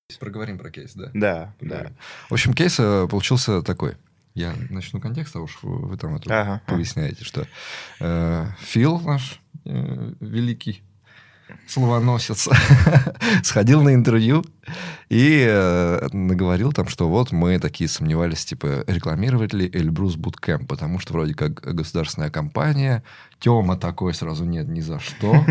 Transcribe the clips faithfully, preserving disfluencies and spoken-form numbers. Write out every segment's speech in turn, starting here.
Проговорим про кейс, да? Да, Проговорим. да. В общем, кейс получился такой. Я начну контекст, а уж вы, вы там это ага, поясняете, что э, Фил наш э, великий словоносец сходил на интервью и э, наговорил там, что вот мы такие сомневались, типа, рекламировать ли Эльбрус Bootcamp, потому что вроде как государственная компания. Тёма такой сразу нет ни за что.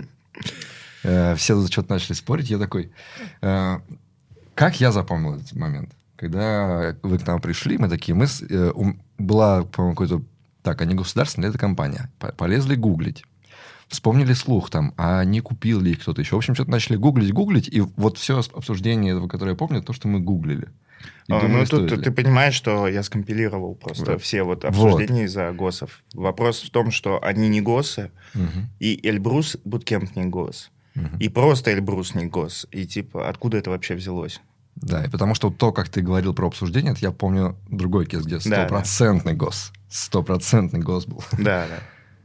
Э, все тут что-то начали спорить. Я такой... Э, как я запомнил этот момент? Когда вы к нам пришли, мы такие... мы э, um, Была, по-моему, какой-то... Так, а не государственная, это компания. Полезли гуглить. Вспомнили слух там, а не купил ли их кто-то еще. В общем, что-то начали гуглить, гуглить, и вот все обсуждение этого, которое я помню, то, что мы гуглили. И а, думали, ну, тут ты понимаешь, что я скомпилировал просто да. все вот обсуждения вот. из-за ГОСов. Вопрос в том, что они не ГОСы, угу. и Эльбрус Bootcamp не ГОС. Угу. И просто Эльбрус не ГОС. И типа, откуда это вообще взялось? Да, и потому что то, как ты говорил про обсуждение, это я помню другой кейс, где стопроцентный да, да. ГОС. Стопроцентный ГОС был. Да, да.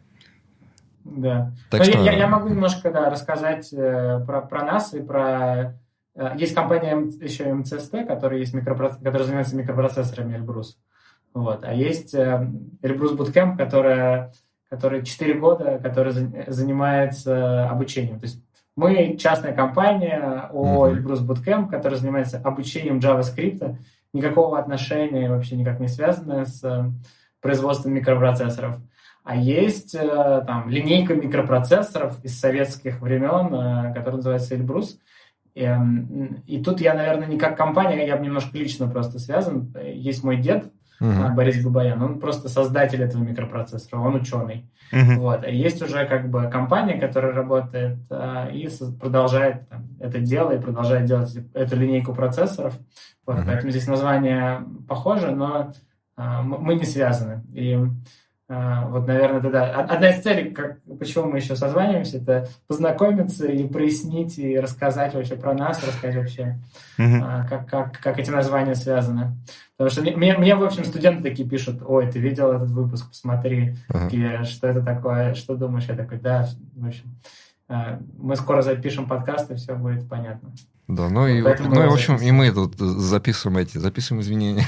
Да. Так что... я, я могу немножко да, рассказать э, про, про нас и про... Э, есть компания еще эм си эс ти, которая, есть микропроц... которая занимается микропроцессорами Эльбрус. Вот. А есть э, Эльбрус Bootcamp, которая, который четыре года, который занимается обучением. То есть мы частная компания о Эльбрус Bootcamp, которая занимается обучением JavaScript. Никакого отношения вообще никак не связано с э, производством микропроцессоров. А есть там линейка микропроцессоров из советских времен, которая называется Эльбрус. И, и тут я, наверное, не как компания, я немножко лично просто связан. Есть мой дед, uh-huh. Борис Бабаян, он просто создатель этого микропроцессора, он ученый. Uh-huh. Вот. А есть уже как бы компания, которая работает и продолжает там, это дело, и продолжает делать эту линейку процессоров. Вот. Uh-huh. Поэтому здесь название похоже, но а, мы не связаны. И Uh, вот, наверное, это да. Одна из целей, как, почему мы еще созваниваемся, это познакомиться и прояснить, и рассказать вообще про нас, рассказать вообще, uh-huh. uh, как, как, как эти названия связаны. Потому что мне, мне, в общем, студенты такие пишут: ой, ты видел этот выпуск, посмотри, uh-huh. такие, что это такое, что думаешь? Я такой, да, в общем, uh, мы скоро запишем подкаст, и все будет понятно. Да, ну, и, ну и, в общем, и мы тут записываем эти, записываем извинения.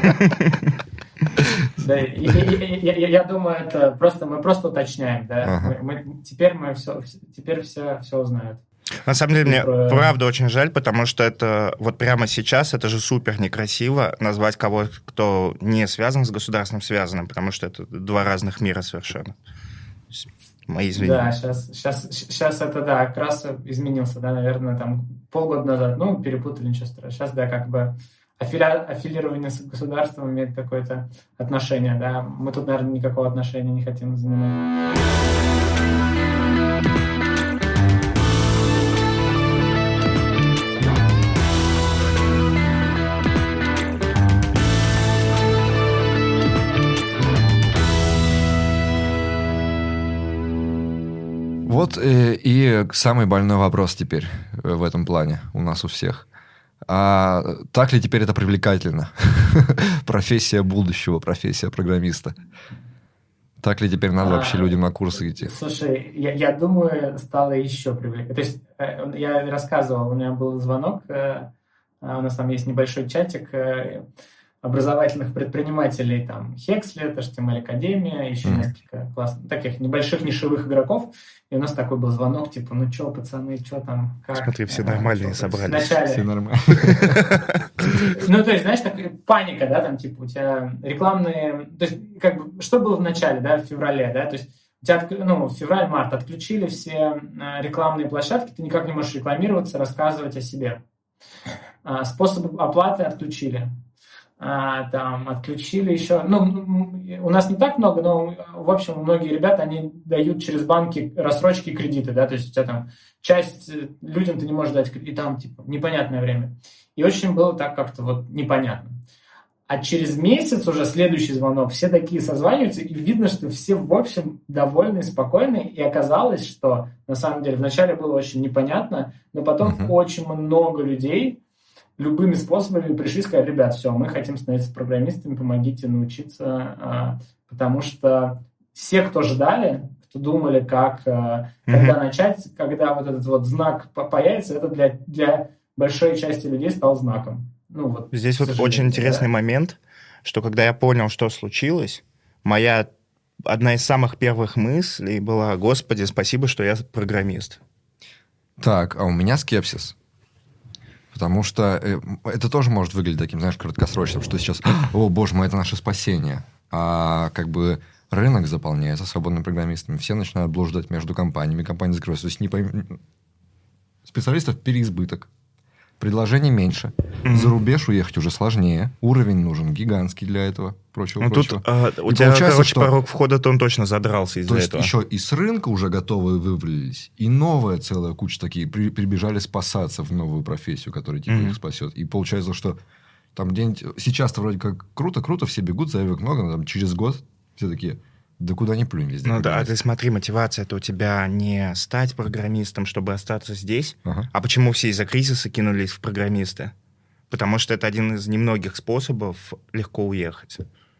Да, и, и, и, я, я думаю, это просто мы просто уточняем, да. Ага. Мы, мы, теперь мы все, теперь все, все узнают. На самом деле, мне про... правда очень жаль, потому что это вот прямо сейчас это же супер некрасиво назвать кого-то, кто не связан с государством, связанным, потому что это два разных мира совершенно. Мои извинения. Да, сейчас, сейчас, сейчас это, да, как раз изменился, да, наверное, там полгода назад, ну, перепутали, ничего страшного. Сейчас, да, как бы аффили... аффилирование с государством имеет какое-то отношение, да. Мы тут, наверное, никакого отношения не хотим занимать. Вот э, и самый больной вопрос теперь в этом плане у нас у всех. А так ли теперь это привлекательно? Профессия будущего, профессия программиста. Так ли теперь надо а, вообще людям на курсы идти? Слушай, я, я думаю, стало еще привлекательно. То есть э, я рассказывал, у меня был звонок, э, у нас там есть небольшой чатик э, образовательных предпринимателей, там, Хексли, эйч ти эм эль-академия, еще mm-hmm. несколько классных, таких небольших нишевых игроков, и у нас такой был звонок, типа, ну что, пацаны, что там, как? Смотри, все нормальные собрались. Вначале. Все нормально. Ну, то есть, знаешь, такая паника, да, там, типа, у тебя рекламные, то есть, как бы, что было в начале, да, в феврале, да, то есть, у тебя, ну, февраль-март отключили все рекламные площадки, ты никак не можешь рекламироваться, рассказывать о себе. Способы оплаты отключили. А, там отключили еще, ну, у нас не так много, но, в общем, многие ребята, они дают через банки рассрочки и кредиты, да, то есть у тебя там часть людям ты не можешь дать, и там, типа, непонятное время. И очень было так как-то вот непонятно. А через месяц уже следующий звонок, все такие созваниваются, и видно, что все, в общем, довольны, спокойны, и оказалось, что, на самом деле, вначале было очень непонятно, но потом uh-huh. очень много людей любыми способами пришли и сказали: ребят, все, мы хотим становиться программистами, помогите научиться, потому что все, кто ждали, кто думали, как, mm-hmm. когда начать, когда вот этот вот знак появится, это для, для большой части людей стал знаком. Ну, вот, здесь вот очень интересный да? момент, что когда я понял, что случилось, моя одна из самых первых мыслей была: «Господи, спасибо, что я программист». Так, а у меня скепсис. Потому что это тоже может выглядеть таким, знаешь, краткосрочным, что сейчас, о, боже мой, это наше спасение. А как бы рынок заполняется свободными программистами, все начинают блуждать между компаниями, компании закрываются. То есть не пойм... специалистов переизбыток, предложений меньше. Mm-hmm. За рубеж уехать уже сложнее, уровень нужен гигантский для этого, прочего, ну, прочего. Тут, а, у и тебя, короче, что... порог входа-то он точно задрался из-за То есть этого. еще и с рынка уже готовые вывалились, и новая целая куча такие при, прибежали спасаться в новую профессию, которая типа mm-hmm. их спасет. И получается, что там где-нибудь... Сейчас-то вроде как круто-круто, все бегут, заявок много, но там через год все такие... Да куда ни плюнь везде. Ну да, а ты смотри, мотивация-то у тебя не стать программистом, чтобы остаться здесь. Ага. А почему все из-за кризиса кинулись в программисты? Потому что это один из немногих способов легко уехать.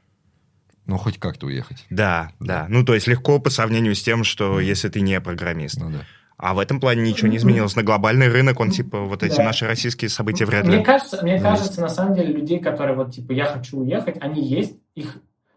Ну, хоть как-то уехать. Да, да. да. Ну, то есть легко по сравнению с тем, что mm. если ты не программист. Ну, да. А в этом плане ничего не изменилось. На глобальный рынок он, типа, вот эти да. наши российские события вряд ли... Мне кажется, мне кажется, на самом деле, людей, которые вот, типа, я хочу уехать, они есть, их...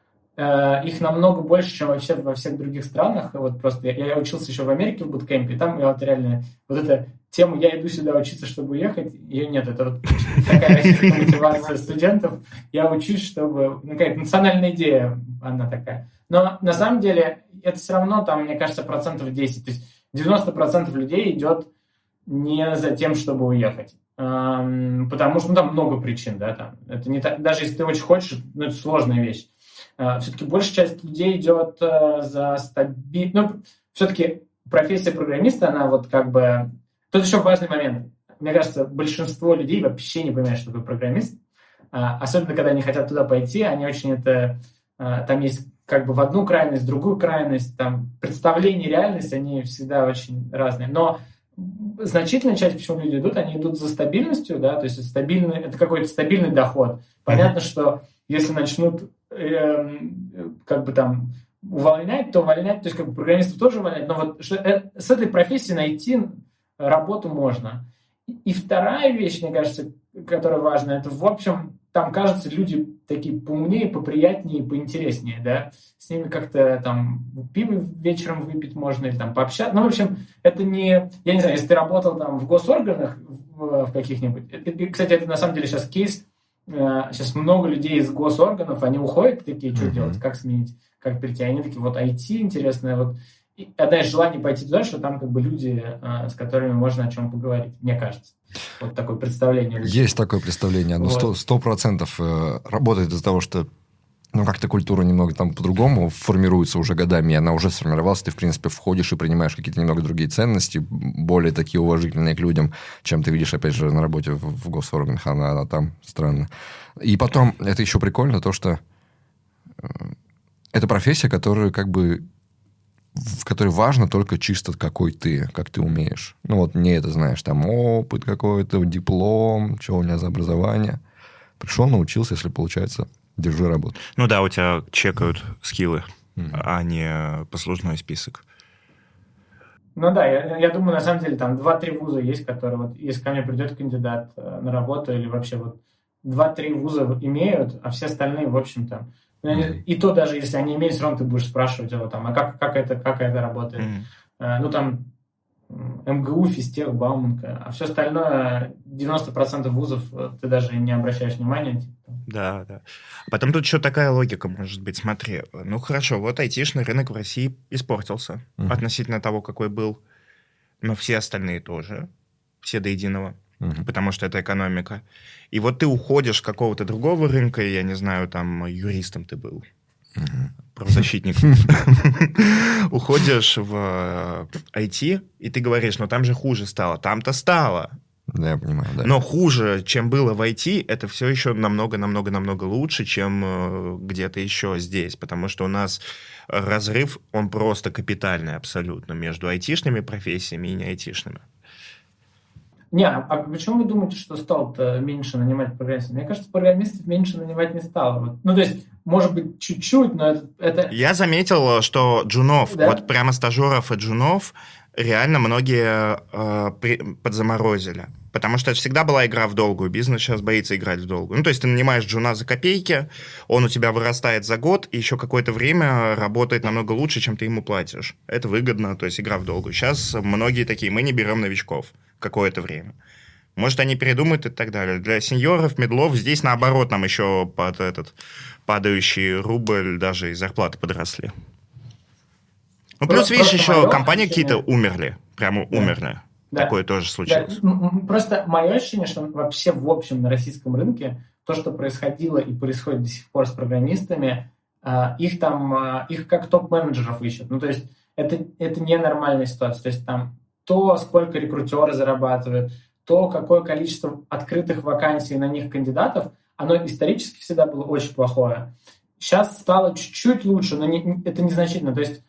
Их намного больше, чем вообще во всех других странах. Вот просто я, я учился еще в Америке в буткемпе, и там я вот реально вот эта тема «я иду сюда учиться, чтобы уехать», ее нет. Это вот такая российская мотивация студентов. Я учусь, чтобы... Ну, какая-то национальная идея, она такая. Но на самом деле это все равно, там, мне кажется, процентов десять. То есть девяносто процентов людей идет не за тем, чтобы уехать. Потому что ну, там много причин, да, там. Это не так, даже если ты очень хочешь, ну, это сложная вещь. Все-таки большая часть людей идет за стабильность. Ну, все-таки профессия программиста, она вот как бы... Тут еще важный момент. Мне кажется, большинство людей вообще не понимает, что такое программист. Особенно, когда они хотят туда пойти, они очень это... Там есть как бы в одну крайность, в другую крайность. Там представления и реальность, они всегда очень разные. Но значительная часть, почему люди идут, они идут за стабильностью, да, то есть стабильный, это какой-то стабильный доход. Понятно, mm-hmm. что если начнут э, как бы там увольнять, то увольнять, то есть как бы программистов тоже увольнять, но вот что, э, с этой профессией найти работу можно. И, и вторая вещь, мне кажется, которая важна, это в общем, там, кажется, люди такие поумнее, поприятнее, поинтереснее, да, с ними как-то там пиво вечером выпить можно или там пообщаться. Ну, в общем, это не... Я не знаю, если ты работал там в госорганах в, в каких-нибудь... И, кстати, это на самом деле сейчас кейс. Сейчас много людей из госорганов, они уходят такие, что mm-hmm. делать, как сменить, как перейти. Они такие, вот ай ти интересное, вот... И одна из желаний пойти туда, что там как бы люди, с которыми можно о чем поговорить, мне кажется. Вот такое представление. Есть такое представление. Оно сто процентов работает из-за того, что ну, как-то культура немного там по-другому формируется уже годами, и она уже сформировалась, ты, в принципе, входишь и принимаешь какие-то немного другие ценности, более такие уважительные к людям, чем ты видишь, опять же, на работе в, в госорганах, она, она там странно. И потом, это еще прикольно, то, что это профессия, которая как бы в которой важно только чисто какой ты, как ты умеешь. Ну, вот мне это, знаешь, там опыт какой-то, диплом, что у меня за образование. Пришел, научился, если получается, держи работу. Ну да, у тебя чекают скиллы, mm-hmm. а не послужной список. Ну да, я, я думаю, на самом деле, там два-три вуза есть, которые вот, если ко мне придет кандидат на работу, или вообще вот два-три вуза имеют, а все остальные, в общем-то, mm-hmm. и то даже, если они имеют, все равно ты будешь спрашивать его там, а как, как, это, как это работает? Mm-hmm. Ну там эм гэ у, физтех, Бауманка, а все остальное, девяносто процентов вузов ты даже не обращаешь внимания. Типа. Да, да. А потом тут еще такая логика может быть. Смотри, ну хорошо, вот айтишный рынок в России испортился uh-huh. относительно того, какой был, но все остальные тоже, все до единого, uh-huh. потому что это экономика. И вот ты уходишь с какого-то другого рынка, я не знаю, там юристом ты был, uh-huh. правозащитником, уходишь в ай ти, и ты говоришь, ну там же хуже стало, там-то стало. Да, я понимаю, да. Но хуже, чем было в ай ти, это все еще намного-намного-намного лучше, чем э, где-то еще здесь, потому что у нас разрыв, он просто капитальный абсолютно между айтишными профессиями и не айтишными. Не, а почему вы думаете, что стало-то меньше нанимать программистов? Мне кажется, программистов меньше нанимать не стало. Ну, то есть, может быть, чуть-чуть, но это... это... Я заметил, что джунов, да? Вот прямо стажеров и джунов, реально многие э, при, подзаморозили. Потому что это всегда была игра в долгую. Бизнес сейчас боится играть в долгую. Ну, то есть ты нанимаешь джуна за копейки, он у тебя вырастает за год, и еще какое-то время работает намного лучше, чем ты ему платишь. Это выгодно, то есть игра в долгую. Сейчас многие такие, мы не берем новичков какое-то время. Может, они передумают и так далее. Для сеньоров, медлов здесь, наоборот, нам еще под этот падающий рубль даже и зарплаты подросли. Ну, плюс, видишь, еще компании какие-то умерли. Прямо да. умерли. Да. Такое тоже случилось. Да. Просто мое ощущение, что вообще в общем на российском рынке то, что происходило и происходит до сих пор с программистами, их там, их как топ-менеджеров ищут. Ну, то есть это, это ненормальная ситуация. То есть там то, сколько рекрутеры зарабатывают, то, какое количество открытых вакансий на них кандидатов, оно исторически всегда было очень плохое. Сейчас стало чуть-чуть лучше, но не, это незначительно. То есть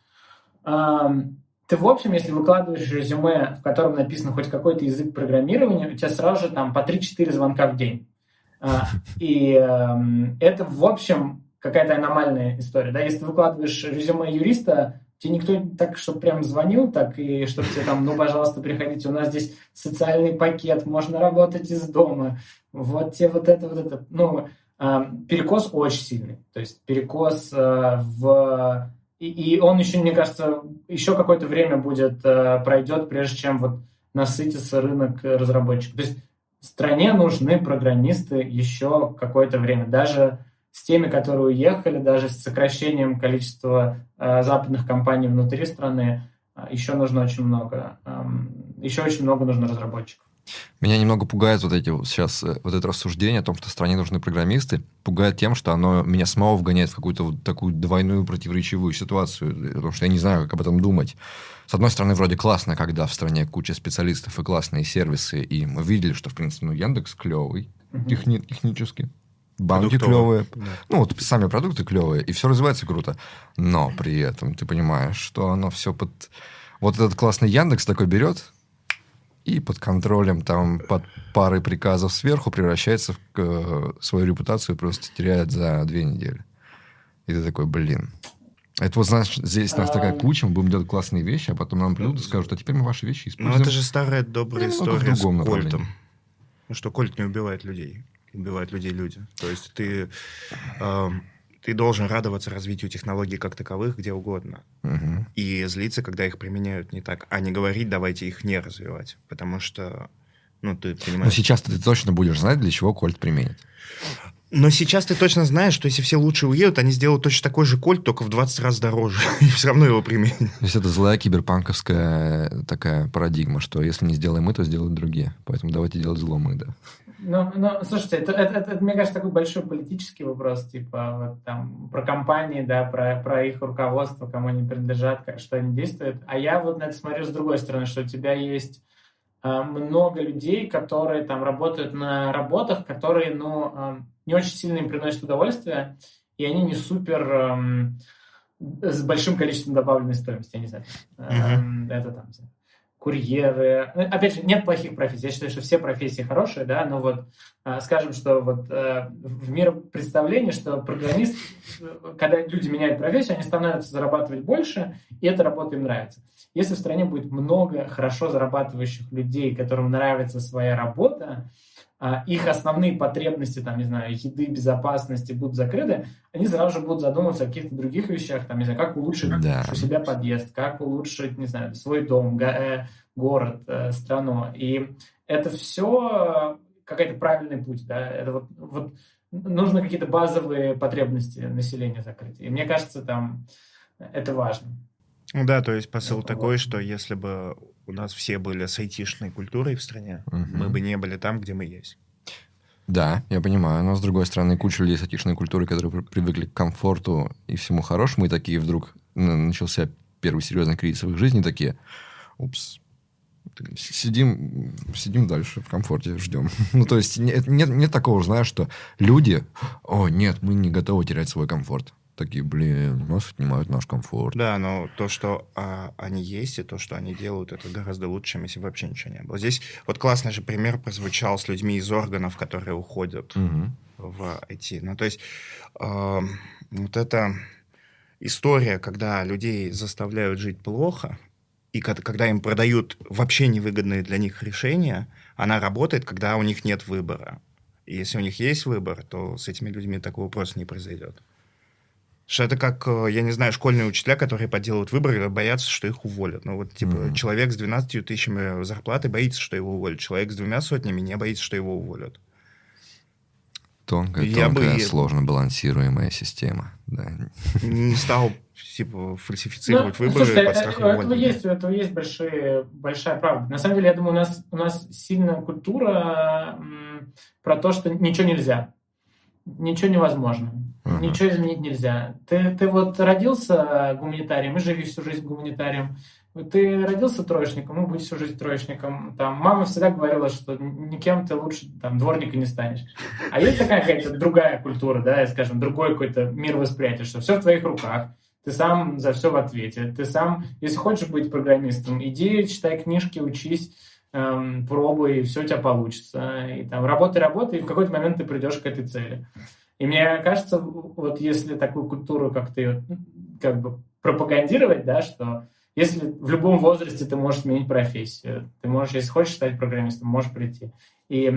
эм, ты, в общем, если выкладываешь резюме, в котором написан хоть какой-то язык программирования, у тебя сразу же там по три-четыре звонка в день. А, и эм, это, в общем, какая-то аномальная история. Да? Если ты выкладываешь резюме юриста, тебе никто так, чтобы прям звонил, так и чтобы тебе там, ну, пожалуйста, приходите, у нас здесь социальный пакет, можно работать из дома. Вот тебе вот это, вот это. Ну, э, перекос очень сильный. То есть перекос э, в... И, и он еще, мне кажется, еще какое-то время будет, э, пройдет, прежде чем вот насытится рынок разработчиков. То есть стране нужны программисты еще какое-то время. Даже с теми, которые уехали, даже с сокращением количества э, западных компаний внутри страны, э, еще нужно очень много, э, еще очень много нужно разработчиков. Меня немного пугает вот эти вот сейчас вот это рассуждение о том, что стране нужны программисты, пугает тем, что оно меня самого вгоняет в какую-то вот такую двойную противоречивую ситуацию, потому что я не знаю, как об этом думать. С одной стороны, вроде классно, когда в стране куча специалистов и классные сервисы, и мы видели, что, в принципе, ну, Яндекс клевый, uh-huh. техни- технически. Банки клевые, да. Ну вот сами продукты клевые, и все развивается круто. Но при этом ты понимаешь, что оно все под... Вот этот классный Яндекс такой берет и под контролем, там, под парой приказов сверху превращается в э, свою репутацию и просто теряет за две недели. И ты такой, блин. Это вот, знаешь, здесь у нас такая куча, мы будем делать классные вещи, а потом нам придут и скажут, а теперь мы ваши вещи используем. Ну это же старая добрая история с Кольтом. Ну что, Кольт не убивает людей. Убивают людей люди. То есть ты, э, ты должен радоваться развитию технологий как таковых где угодно. Uh-huh. И злиться, когда их применяют не так. А не говорить, давайте их не развивать. Потому что, ну, ты понимаешь... Но сейчас ты точно будешь знать, для чего Кольт применит. Но сейчас ты точно знаешь, что если все лучше уедут, они сделают точно такой же Кольт, только в двадцать раз дороже. И все равно его применят. То есть это злая киберпанковская такая парадигма, что если не сделаем мы, то сделают другие. Поэтому давайте делать зло мы, да. Ну, ну, слушайте, это, это, это, это, мне кажется, такой большой политический вопрос, типа, вот там, про компании, да, про, про их руководство, кому они принадлежат, как, что они действуют. А я вот на это смотрю с другой стороны, что у тебя есть э, много людей, которые там работают на работах, которые, ну, э, не очень сильно им приносят удовольствие, и они не супер... Э, с большим количеством добавленной стоимости, я не знаю. Mm-hmm. Э, это там... курьеры. Опять же, нет плохих профессий. Я считаю, что все профессии хорошие, да, но вот э, скажем, что вот э, в миропредставлении, что программист, когда люди меняют профессию, они становятся зарабатывать больше, и эта работа им нравится. Если в стране будет много хорошо зарабатывающих людей, которым нравится своя работа, э, их основные потребности, там, не знаю, еды, безопасности будут закрыты, они сразу же будут задумываться о каких-то других вещах, там, не знаю, как улучшить да. у себя подъезд, как улучшить, не знаю, свой дом, город, страну. И это все какой-то правильный путь, да, это вот, вот нужно какие-то базовые потребности населения закрыть. И мне кажется, там это важно. Да, то есть посыл это такой, важно. Что если бы у нас все были с айтишной культурой в стране, угу. мы бы не были там, где мы есть. Да, я понимаю, но с другой стороны, куча людей с айтишной культурой, которые привыкли к комфорту и всему хорошему, и такие вдруг начался первый серьезный кризис в их жизни, такие, упс, сидим, сидим дальше в комфорте, ждем. Ну, то есть нет, нет, нет такого, знаешь, что люди, о, нет, мы не готовы терять свой комфорт. Такие, блин, нас отнимают наш комфорт. Да, но то, что а, они есть, и то, что они делают, это гораздо лучше, чем если бы вообще ничего не было. Здесь вот классный же пример прозвучал с людьми из органов, которые уходят угу. в ай ти. Ну, то есть э, вот эта история, когда людей заставляют жить плохо, и когда им продают вообще невыгодные для них решения, она работает, когда у них нет выбора. И если у них есть выбор, то с этими людьми такого просто не произойдет. Что это как, я не знаю, школьные учителя, которые подделывают выборы и боятся, что их уволят. Ну вот, типа, mm-hmm. человек с двенадцатью тысячами зарплаты боится, что его уволят. Человек с двумя сотнями не боится, что его уволят. Тонкая, я тонкая, бы... сложно балансируемая система. Да. Не стал, типа, фальсифицировать ну, выборы слушай, под страхом у этого есть, у этого есть большие, большая правда. На самом деле, я думаю, у нас, у нас сильная культура м, про то, что ничего нельзя. Ничего невозможно. Uh-huh. Ничего изменить нельзя. Ты, ты вот родился гуманитарием и живи всю жизнь гуманитарием. Ты родился троечником, ну, будь всю жизнь троечником. Там, мама всегда говорила, что никем ты лучше там, дворника не станешь. А есть такая какая-то другая культура, да, скажем, другой какой-то мировосприятие, что все в твоих руках. Ты сам за все в ответе. Ты сам, если хочешь быть программистом, иди, читай книжки, учись, эм, пробуй, и все у тебя получится. И там работай, работай, и в какой-то момент ты придешь к этой цели. И мне кажется, вот если такую культуру как-то ее как бы пропагандировать, да, что если в любом возрасте ты можешь сменить профессию, ты можешь, если хочешь стать программистом, можешь прийти. И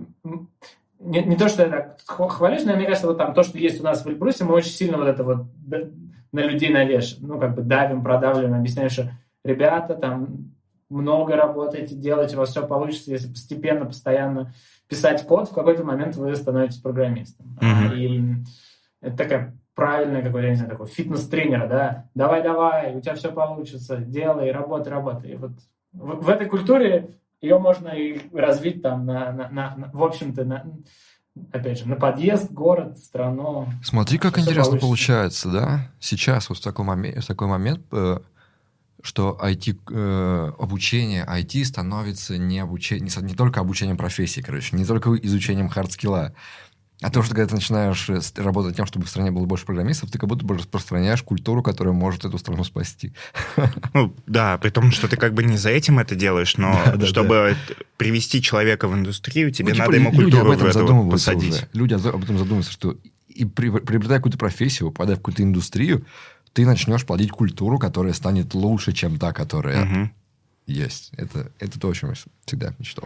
не, не то, что я так хвалюсь, но мне кажется, вот там то, что есть у нас в Эльбрусе, мы очень сильно вот это вот на людей навешиваем, ну, как бы давим, продавливаем, объясняем, что ребята, там много работаете, делаете, у вас все получится, если постепенно, постоянно писать код, в какой-то момент вы становитесь программистом. Mm-hmm. И это такая правильная какой-то, я не знаю, такой фитнес-тренера, да, давай-давай, у тебя все получится, делай, работай, работай. И вот в, в этой культуре ее можно и развить там, на, на, на, на, в общем-то, на, опять же, на подъезд, город, страну. Смотри, как интересно получится. Получается, да, сейчас вот в такой момент, в такой момент что ай ти, э, обучение ай ти становится не, обучение, не, не только обучением профессии, короче, не только изучением хардскилла, а то, что когда ты начинаешь работать тем, чтобы в стране было больше программистов, ты как будто бы распространяешь культуру, которая может эту страну спасти. Ну, да, при том, что ты как бы не за этим это делаешь, но да, да, чтобы да. привести человека в индустрию, тебе ну, типа, надо ему культуру в эту посадить. Уже. Люди об этом задумываются, что и при, приобретая какую-то профессию, попадая в какую-то индустрию, ты начнешь плодить культуру, которая станет лучше, чем та, которая угу. есть. Это, это то, о чем я всегда мечтал.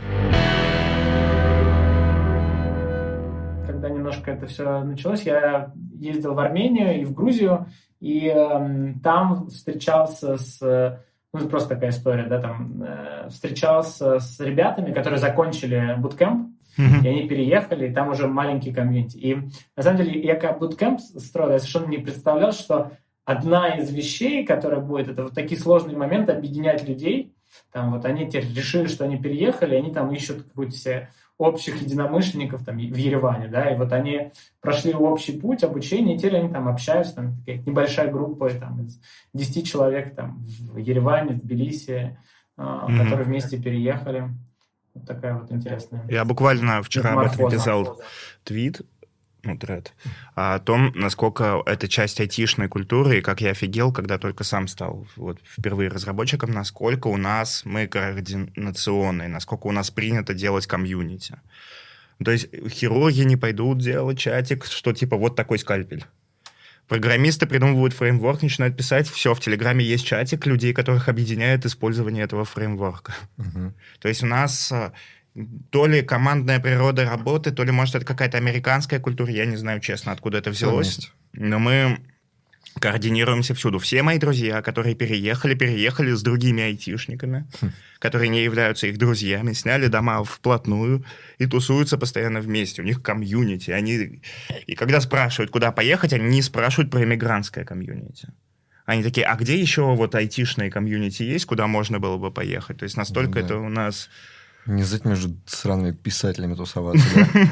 Когда немножко это все началось, я ездил в Армению и в Грузию, и э, там встречался с... Ну, просто такая история, да, там э, встречался с ребятами, которые закончили буткэмп, mm-hmm. и они переехали, и там уже маленький комьюнити. И, на самом деле, я как буткэмп строил, я совершенно не представлял, что одна из вещей, которая будет, это вот такие сложные моменты, объединять людей. Там вот они теперь решили, что они переехали, они там ищут какую-то себе общих единомышленников там в Ереване, да, и вот они прошли общий путь обучения, и теперь они там общаются, там такая небольшая группа там, из десяти человек там в Ереване, в Тбилиси, mm-hmm. которые вместе переехали. Вот такая вот интересная. Я буквально вчера об этом писал твит, ну, тред, о том, насколько это часть айтишной культуры, и как я офигел, когда только сам стал вот, впервые разработчиком, насколько у нас мы координационные, насколько у нас принято делать комьюнити. То есть хирурги не пойдут делать чатик, что типа вот такой скальпель. Программисты придумывают фреймворк, начинают писать, все, в Телеграме есть чатик людей, которых объединяет использование этого фреймворка. Uh-huh. То есть у нас... То ли командная природа работы, то ли, может, это какая-то американская культура. Я не знаю, честно, откуда это взялось. Но мы координируемся всюду. Все мои друзья, которые переехали, переехали с другими айтишниками, хм. которые не являются их друзьями, сняли дома вплотную и тусуются постоянно вместе. У них комьюнити. Они... И когда спрашивают, куда поехать, они не спрашивают про иммигрантское комьюнити. Они такие, а где еще вот айтишные комьюнити есть, куда можно было бы поехать? То есть настолько ну, да. это у нас... Не знать между сраными писателями тусоваться,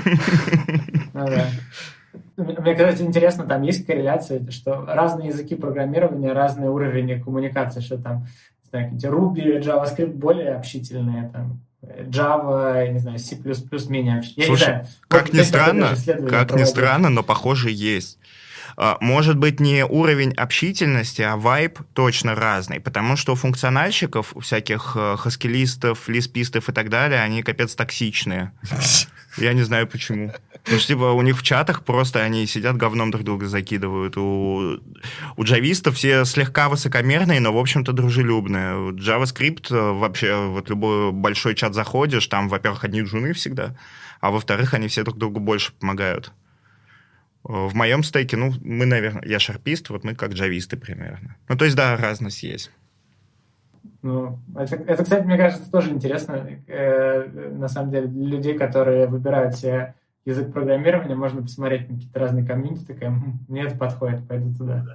да? Мне, кстати, интересно, там есть корреляция, что разные языки программирования, разный уровень коммуникации, что там, не знаю, Ruby, JavaScript более общительные, там, Java, не знаю, C++ менее общительные. Слушай, как ни странно, как ни странно, но похоже есть. Может быть, не уровень общительности, а вайб точно разный, потому что у функциональщиков, у всяких хаскилистов, лиспистов и так далее, они капец токсичные. Я не знаю, почему. Потому что, типа, у них в чатах просто они сидят, говном друг друга закидывают. У, у джавистов все слегка высокомерные, но, в общем-то, дружелюбные. У JavaScript вообще, вот любой большой чат заходишь, там, во-первых, одни джуны всегда, а во-вторых, они все друг другу больше помогают. В моем стейке, ну, мы, наверное, я шарпист, вот мы как джависты примерно. Ну, то есть, да, разность есть. Ну, это, это, кстати, мне кажется, тоже интересно. Э, на самом деле, для людей, которые выбирают себе язык программирования, можно посмотреть на какие-то разные комьюнити, такая, мне это подходит, пойду туда.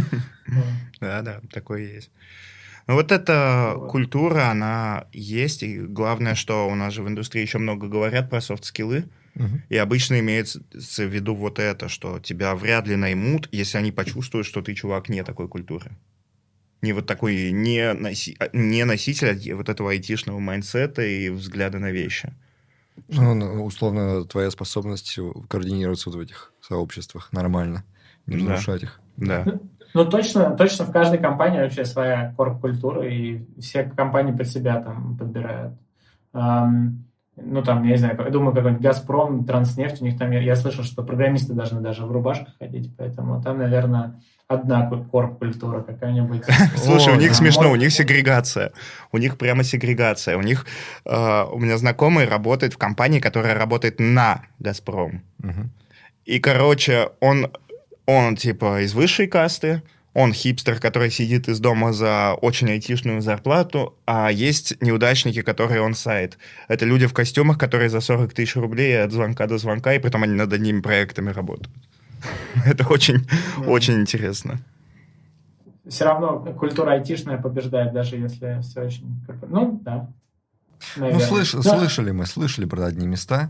Да, да, такое есть. Ну, вот эта культура, она есть, и главное, что у нас же в индустрии еще много говорят про софт-скиллы, и обычно имеется в виду вот это, что тебя вряд ли наймут, если они почувствуют, что ты, чувак, не такой культуры. Не вот такой, не, носи, не носитель вот этого айтишного майндсета и взгляда на вещи. Ну, условно, твоя способность координироваться вот в этих сообществах нормально, не разрушать их. Да. Ну, ну, точно, точно в каждой компании вообще своя корп-культура, и все компании под себя там подбирают. Um, ну, там, я не знаю, я думаю, какой-нибудь «Газпром», «Транснефть», у них там, я, я слышал, что программисты должны даже в рубашках ходить, поэтому там, наверное, одна корп-культура какая-нибудь. Слушай, у них смешно, у них сегрегация. У них прямо сегрегация. У них, у меня знакомый работает в компании, которая работает на «Газпром». И, короче, он, он типа из высшей касты, он хипстер, который сидит из дома за очень айтишную зарплату, а есть неудачники, которые он-сайт. Это люди в костюмах, которые за сорок тысяч рублей от звонка до звонка, и потом они над одними проектами работают. Это очень, очень интересно. Все равно культура айтишная побеждает, даже если все очень... Ну, да. Ну, слыш, да. слышали мы, слышали про одни места.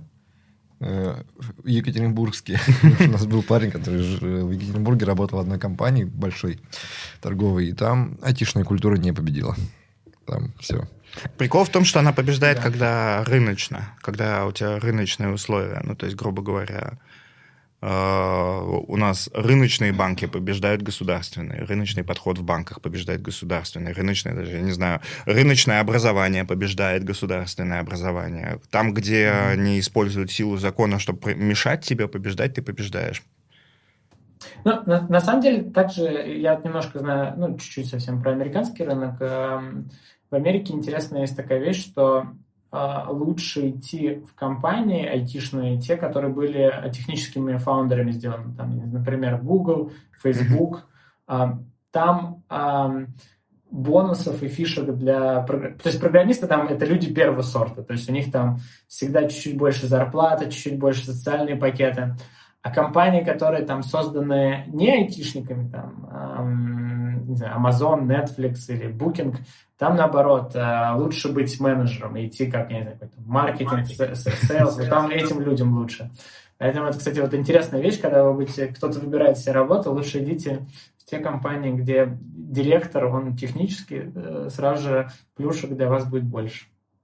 Екатеринбургские. У нас был парень, который в Екатеринбурге работал в одной компании большой, торговой, и там айтишная культура не победила. Там все. Прикол в том, что она побеждает, да. когда рыночно, когда у тебя рыночные условия. Ну, то есть, грубо говоря, у нас рыночные банки побеждают государственные, рыночный подход в банках побеждает государственный, рыночное, даже, я не знаю, рыночное образование побеждает государственное образование. Там, где mm-hmm. не используют силу закона, чтобы мешать тебе побеждать, ты побеждаешь. Ну, на, на самом деле, также я немножко знаю, ну, чуть-чуть совсем про американский рынок. В Америке интересная есть такая вещь, что лучше идти в компании айтишные, те, которые были техническими фаундерами сделаны. Там, например, Google, Facebook. Там бонусов и фишек для... То есть программисты там это люди первого сорта. То есть у них там всегда чуть-чуть больше зарплаты, чуть-чуть больше социальные пакеты. А компании, которые там созданы не айтишниками, там, не знаю, Amazon, Netflix или Booking, там, наоборот, лучше быть менеджером и идти как, я не знаю, какой-то маркетинг, сейлс, там этим людям лучше. Поэтому это, кстати, вот интересная вещь, когда вы будете, кто-то выбирает себе работу, лучше идите в те компании, где директор, он технически, сразу же плюшек для вас будет больше.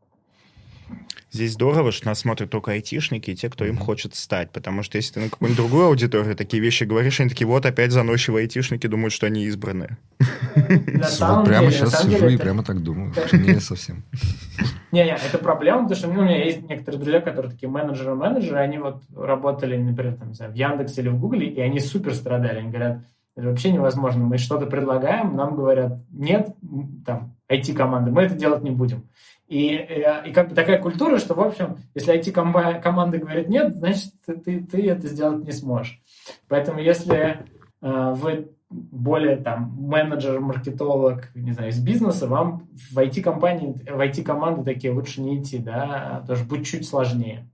Здесь здорово, что нас смотрят только айтишники и те, кто им хочет стать. Потому что если ты на какую-нибудь другую аудиторию такие вещи говоришь, они такие, вот опять заносчивые айтишники думают, что они избранные. Вот прямо сейчас сижу и прямо так думаю. Не совсем. Не-не, это проблема, потому что у меня есть некоторые друзья, которые такие менеджеры-менеджеры, они вот работали, например, там, в Яндексе или в Гугле, и они супер страдали. Они говорят, это вообще невозможно. Мы что-то предлагаем, нам говорят, нет, там, ай ти-команды, мы это делать не будем. И, и, и как бы такая культура, что, в общем, если ай ти-команда говорит нет, значит, ты, ты это сделать не сможешь. Поэтому если э, вы более там менеджер, маркетолог, не знаю, из бизнеса, вам в ай ти-компании, в ай ти-команды такие лучше не идти, да, потому что будет чуть сложнее.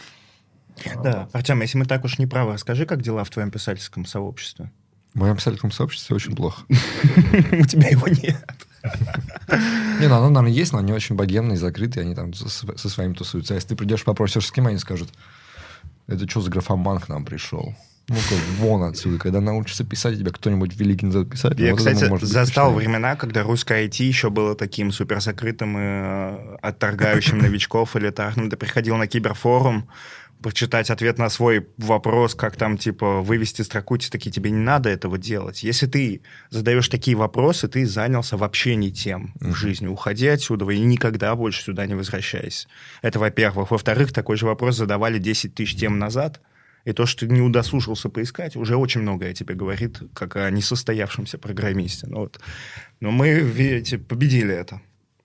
Да, Артем, если мы так уж не правы, расскажи, как дела в твоем писательском сообществе? В моем писательском сообществе очень плохо. У тебя его нет. Не, ну оно, наверное, есть, но они очень богемные, закрытые, они там со, со своими тусуются. А если ты придешь попросишь с кем, они скажут, это что за графоман к нам пришел? Ну-ка, вон отсюда. Когда научится писать, тебя кто-нибудь великий назовет писать. Я, вот кстати, быть, застал времена, когда русское ай ти еще было таким суперзакрытым и отторгающим новичков элитарным. Ты приходил на киберфорум, прочитать ответ на свой вопрос, как там, типа, вывести строку, такие, тебе не надо этого делать. Если ты задаешь такие вопросы, ты занялся вообще не тем в жизни. Уходи отсюда и никогда больше сюда не возвращайся. Это, во-первых. Во-вторых, такой же вопрос задавали десять тысяч тем назад, И то, что ты не удосужился поискать, уже очень многое о тебе говорит, как о несостоявшемся программисте. Ну, вот. Но мы, видите, победили это.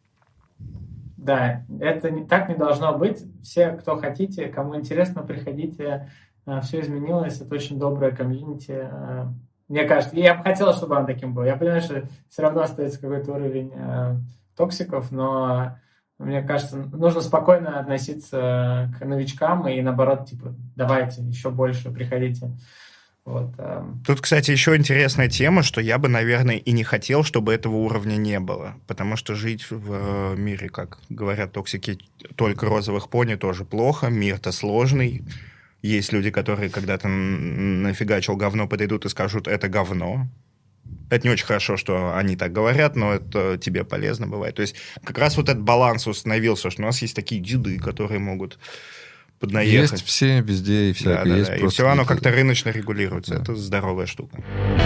Да, это не, так не должно быть. Все, кто хотите, кому интересно, приходите. Все изменилось. Это очень доброе комьюнити. Мне кажется, я бы хотел, чтобы он таким был. Я понимаю, что все равно остается какой-то уровень токсиков, но мне кажется, нужно спокойно относиться к новичкам и, наоборот, типа, давайте, еще больше приходите. Вот. Тут, кстати, еще интересная тема, что я бы, наверное, и не хотел, чтобы этого уровня не было. Потому что жить в мире, как говорят токсики, только розовых пони тоже плохо. Мир-то сложный. Есть люди, которые когда-то нафигачил говно, подойдут и скажут, это говно. Это не очень хорошо, что они так говорят, но это тебе полезно бывает. То есть как раз вот этот баланс установился, что у нас есть такие деды, которые могут поднаехать. Есть все, везде и всякое. Да, да, есть да. И все оно как-то рыночно регулируется. Да. Это здоровая штука.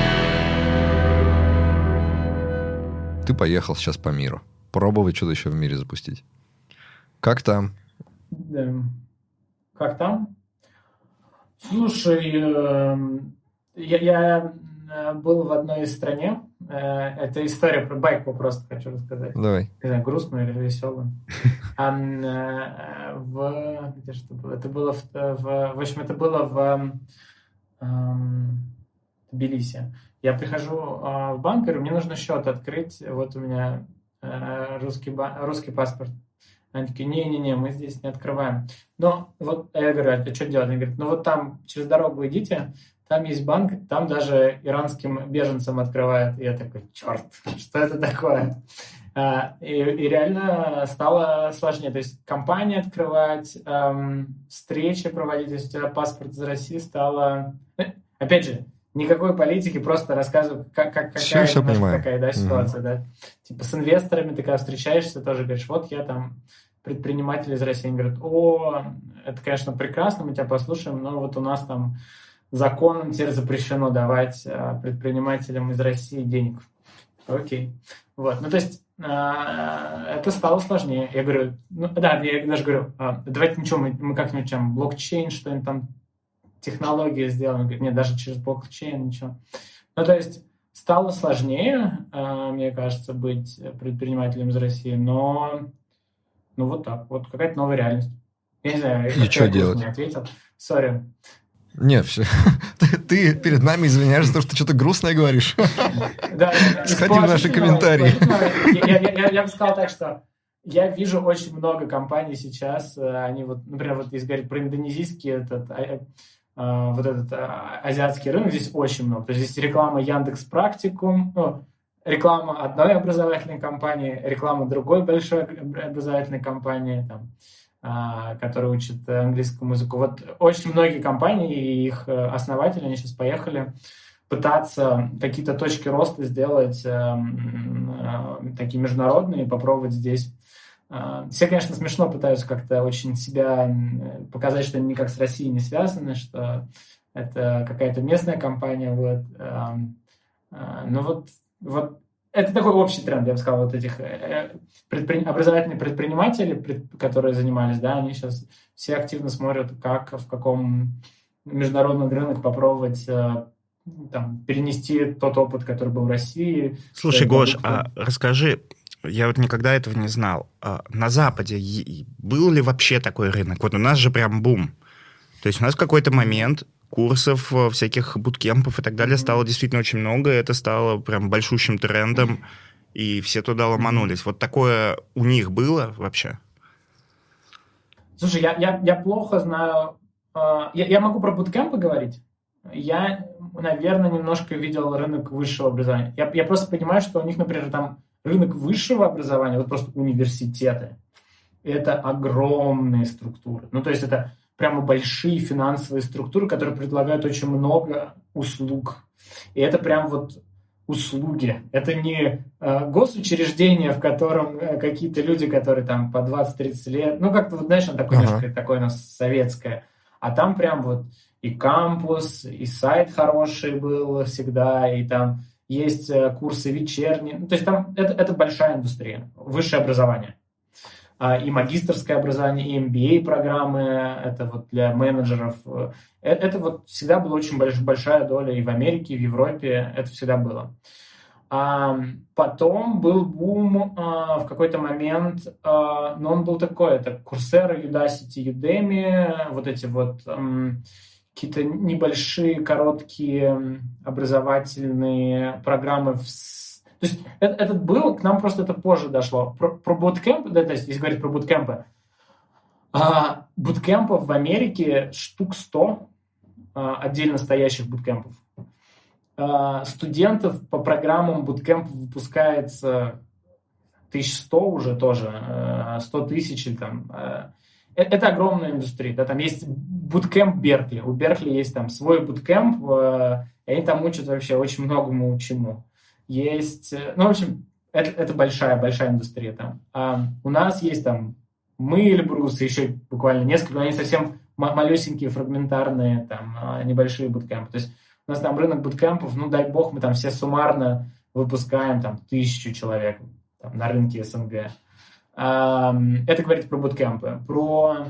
Ты поехал сейчас по миру. Пробовать что-то еще в мире запустить. Как там? Да. Как там? Слушай, я... я... был в одной из стране. Это история про байку, просто хочу рассказать. Давай. Не знаю, грустную или веселую. В... Где же это было? Это было в... в... В общем, это было в эм... Тбилиси. Я прихожу в банк, говорю, мне нужно счет открыть. Вот у меня русский, ба... русский паспорт. Они такие, не-не-не, мы здесь не открываем. Но вот я говорю, а что делать? Они говорят, ну вот там через дорогу идите, там есть банк, там даже иранским беженцам открывают. И я такой, черт, что это такое? И, и реально стало сложнее. То есть компании открывать, эм, встречи проводить, то есть у тебя паспорт из России стало... Опять же, никакой политики, просто рассказываю, как, как, какая, все, все такая да, ситуация. Mm-hmm. Да? Типа с инвесторами ты когда встречаешься, тоже говоришь, вот я там предприниматель из России. Они говорят, о, это, конечно, прекрасно, мы тебя послушаем, но вот у нас там законом теперь запрещено давать предпринимателям из России денег. Окей. Вот. Ну, то есть это стало сложнее. Я говорю, ну, да, я даже говорю, давайте ничего, мы, мы как-нибудь там блокчейн, что-нибудь там, технологии сделаем. Говорит, нет, даже через блокчейн ничего. Ну, то есть стало сложнее, мне кажется, быть предпринимателем из России, но ну, вот так. Вот какая-то новая реальность. Я не знаю, и что делать? Не ответил. Сори. Не, все. Ты, ты перед нами извиняешься за то, что ты что-то грустное говоришь. Да, сходи в наши комментарии. Я, я, я бы сказал так, что я вижу очень много компаний сейчас, они вот, например, вот если говорить про индонезийский этот, а, вот этот а, азиатский рынок, здесь очень много. То есть здесь реклама Яндекс.Практикум, ну, реклама одной образовательной компании, реклама другой большой образовательной компании, там, которые учат английскому языку. Вот очень многие компании и их основатели, они сейчас поехали пытаться какие-то точки роста сделать э, э, такие международные, попробовать здесь. Э, все, конечно, смешно пытаются как-то очень себя показать, что они никак с Россией не связаны, что это какая-то местная компания. Вот. Э, э, но вот, вот это такой общий тренд, я бы сказал, вот этих предпри... образовательных предпринимателей, пред... которые занимались, да, они сейчас все активно смотрят, как, в каком международный рынок попробовать там, перенести тот опыт, который был в России. Слушай, Гош, а расскажи, я вот никогда этого не знал, а на Западе был ли вообще такой рынок? Вот у нас же прям бум. То есть у нас в какой-то момент курсов, всяких буткемпов и так далее стало действительно очень много, и это стало прям большущим трендом, и все туда ломанулись. Вот такое у них было вообще? Слушай, я, я, я плохо знаю... Я, я могу про буткемпы говорить. Я, наверное, немножко видел рынок высшего образования. Я, я просто понимаю, что у них, например, там рынок высшего образования, вот просто университеты, это огромные структуры. Ну, то есть это прямо большие финансовые структуры, которые предлагают очень много услуг. И это прям вот услуги. Это не э, госучреждение, в котором э, какие-то люди, которые там по двадцать-тридцать лет, ну, как-то, вот, знаешь, он такой, uh-huh. немножко, такое у нас советское. А там прям вот и кампус, и сайт хороший был всегда, и там есть э, курсы вечерние. Ну, то есть там это, это большая индустрия, высшее образование. и магистерское образование, и эм би эй-программы, это вот для менеджеров. Это вот всегда была очень большая доля и в Америке, и в Европе, это всегда было. А потом был бум а, в какой-то момент, а, но он был такой, это Coursera, Udacity, Udemy, вот эти вот ам, какие-то небольшие, короткие образовательные программы. В... То есть это, этот был, к нам просто это позже дошло. Про, про буткемп, да, то есть если говорить про буткемпы, а, буткемпов в Америке штук сто, а, отдельно стоящих буткемпов. Студентов по программам буткемп выпускается тысяча сто уже тоже, сто тысяч. Там. Это огромная индустрия. Да? Там есть буткемп Беркли. У Беркли есть там свой буткемп, и они там учат вообще очень многому чему. Есть, ну, в общем, это, это большая-большая индустрия там. А у нас есть там мы, Эльбрус, еще буквально несколько, но они совсем малюсенькие, фрагментарные, там, небольшие буткемпы. То есть у нас там рынок буткемпов, ну, дай бог, мы там все суммарно выпускаем там тысячу человек там, на рынке СНГ. Это говорит про буткемпы. Про,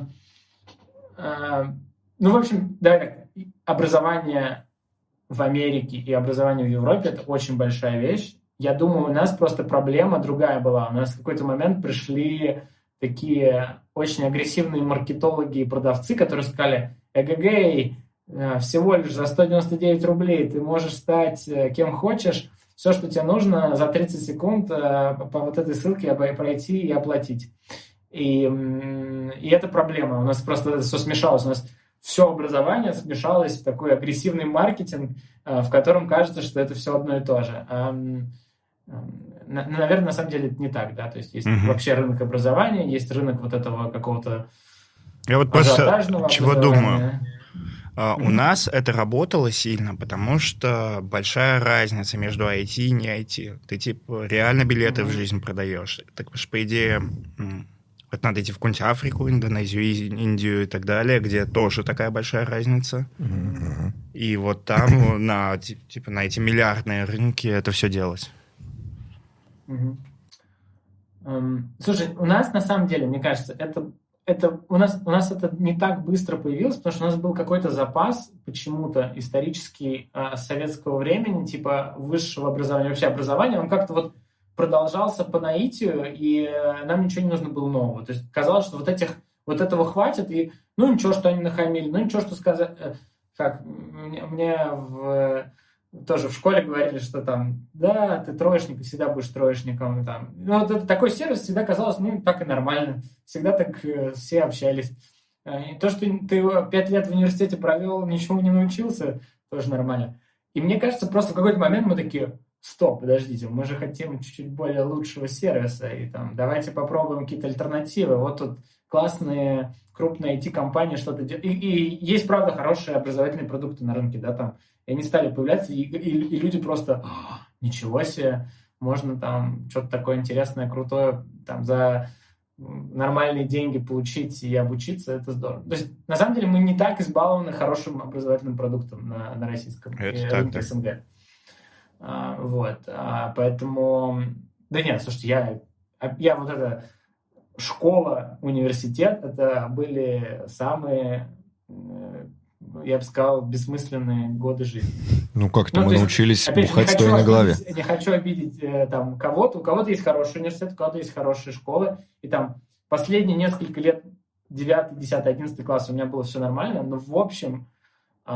ну, в общем, да, образование в Америке и образование в Европе – это очень большая вещь. Я думаю, у нас просто проблема другая была. У нас в какой-то момент пришли такие очень агрессивные маркетологи и продавцы, которые сказали: эгэгэй, всего лишь за сто девяносто девять рублей ты можешь стать кем хочешь, все, что тебе нужно, за тридцать секунд по вот этой ссылке пройти и оплатить. И, и это проблема. У нас просто все смешалось. У нас все образование смешалось в такой агрессивный маркетинг, в котором кажется, что это все одно и то же. Наверное, на самом деле это не так, да, то есть есть mm-hmm. вообще рынок образования, есть рынок вот этого какого-то Я вот просто чего думаю. Uh, mm-hmm. У нас это работало сильно, потому что большая разница между ай ти и не ай ти. Ты, типа, реально билеты mm-hmm. в жизнь продаешь. Так что, по идее, вот надо идти в какую-нибудь Африку, Индонезию, Индию и так далее, где тоже такая большая разница. Mm-hmm. И вот там на, типа, на эти миллиардные рынки это все делать. Mm-hmm. Um, слушай, у нас на самом деле, мне кажется, это Это, у, нас, у нас это не так быстро появилось, потому что у нас был какой-то запас почему-то исторический э, советского времени, типа высшего образования, вообще образования, он как-то вот продолжался по наитию, и э, нам ничего не нужно было нового. То есть казалось, что вот, этих, вот этого хватит, и ну ничего, что они нахамили, ну ничего, что сказать. Э, как, мне, мне в, тоже в школе говорили, что там, да, ты троечник, и всегда будешь троечником. Там. Ну, вот это, такой сервис всегда казалось, ну, так и нормально. Всегда так э, все общались. И то, что ты пять лет в университете провел, ничему не научился, тоже нормально. И мне кажется, просто в какой-то момент мы такие: стоп, подождите, мы же хотим чуть-чуть более лучшего сервиса, и там давайте попробуем какие-то альтернативы. Вот тут классные крупные ай ти-компании что-то делают. И, и есть, правда, хорошие образовательные продукты на рынке, да, там. И они стали появляться, и, и, и люди просто: ничего себе, можно там что-то такое интересное, крутое, там за нормальные деньги получить и обучиться, это здорово. То есть, на самом деле, мы не так избалованы хорошим образовательным продуктом на, на российском рынке СНГ. А, вот, а, поэтому... Да нет, слушайте, я, я вот эта школа, университет, это были самые... я бы сказал, бессмысленные годы жизни. Ну, как-то ну, мы научились есть, бухать же, стоя на голове. Обидеть, не хочу обидеть э, там кого-то. У кого-то есть хороший университет, у кого-то есть хорошие школы. И там последние несколько лет, девятый, десятый, одиннадцатый класс, у меня было все нормально. Но, в общем, э,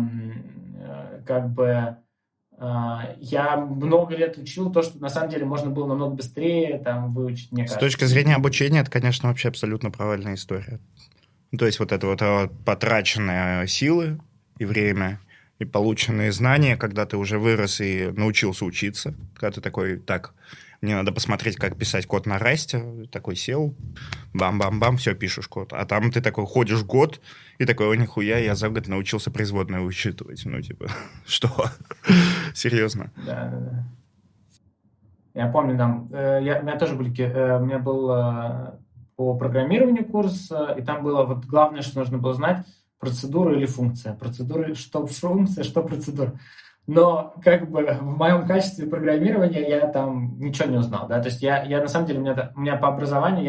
э, как бы э, я много лет учил то, что на самом деле можно было намного быстрее там выучить, мне кажется. С точки зрения обучения, это, конечно, вообще абсолютно провальная история. То есть вот это вот потраченные силы и время, и полученные знания, когда ты уже вырос и научился учиться, когда ты такой: так, мне надо посмотреть, как писать код на Расте, такой сел, бам-бам-бам, все, пишешь код. А там ты такой ходишь год, и такой: о, нихуя, я за год научился производные высчитывать. Ну, типа, что? Серьезно? Да, да, да. Я помню, там, я, у меня тоже были, у меня был... по программированию курс, и там было вот главное, что нужно было знать: процедура или функция. Процедура, что функция, что процедура. Но как бы в моем качестве программирования я там ничего не узнал. Да? То есть я, я на самом деле, у меня, у меня по образованию я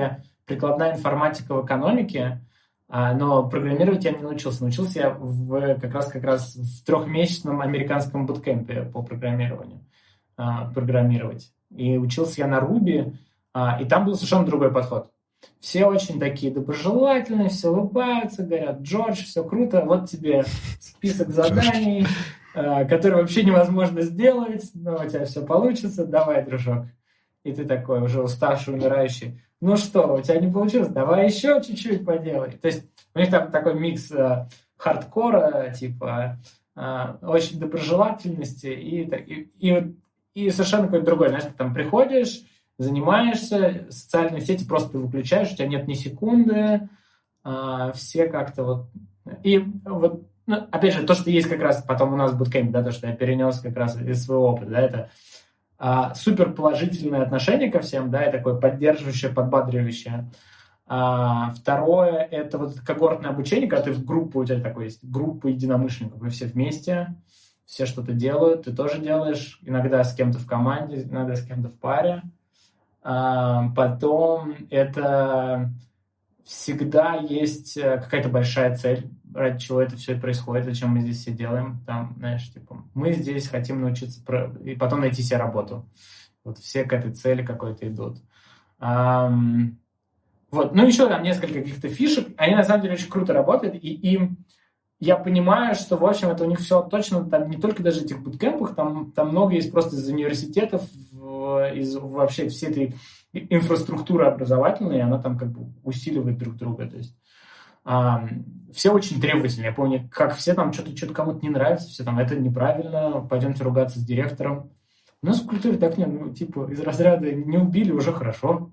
прикладная информатика в экономике, но программировать я не научился. Научился я в, как, раз, как раз в трехмесячном американском буткемпе по программированию. Программировать. И учился я на Ruby, и там был совершенно другой подход. Все очень такие доброжелательные, все улыбаются, говорят: Джордж, все круто, вот тебе список заданий, которые вообще невозможно сделать, но у тебя все получится, давай, дружок. И ты такой уже уставший, умирающий: ну что, у тебя не получилось, давай еще чуть-чуть поделай. То есть у них там такой микс э, хардкора, типа э, очень доброжелательности и, и, и, и совершенно какой-то другой. Знаешь, ты там приходишь, занимаешься, социальные сети просто ты выключаешь, у тебя нет ни секунды, э, все как-то вот... И вот, ну, опять же, то, что есть как раз потом у нас в буткемпе, да, то, что я перенес как раз из своего опыта, да, это а, супер положительное отношение ко всем, да, и такое поддерживающее, подбадривающее. А, второе, это вот это когортное обучение, когда ты в группу, у тебя такой есть группа единомышленников, вы все вместе, все что-то делают, ты тоже делаешь, иногда с кем-то в команде, иногда с кем-то в паре. А, потом это всегда есть какая-то большая цель, ради чего это все происходит, зачем мы здесь все делаем. Там, знаешь, типа, мы здесь хотим научиться про... и потом найти себе работу. Вот все к этой цели какой-то идут. Ам... Вот. Ну, еще там несколько каких-то фишек. Они, на самом деле, очень круто работают. И им я понимаю, что, в общем, это у них все точно, там не только даже этих буткемпах, там, там много есть просто из университетов, из вообще всей этой инфраструктуры образовательной, она там как бы усиливает друг друга. То есть а, все очень требовательные. Я помню, как все там что-то, что-то кому-то не нравится, все там, это неправильно, пойдемте ругаться с директором. У нас в культуре так нет, ну, типа, из разряда не убили, уже хорошо.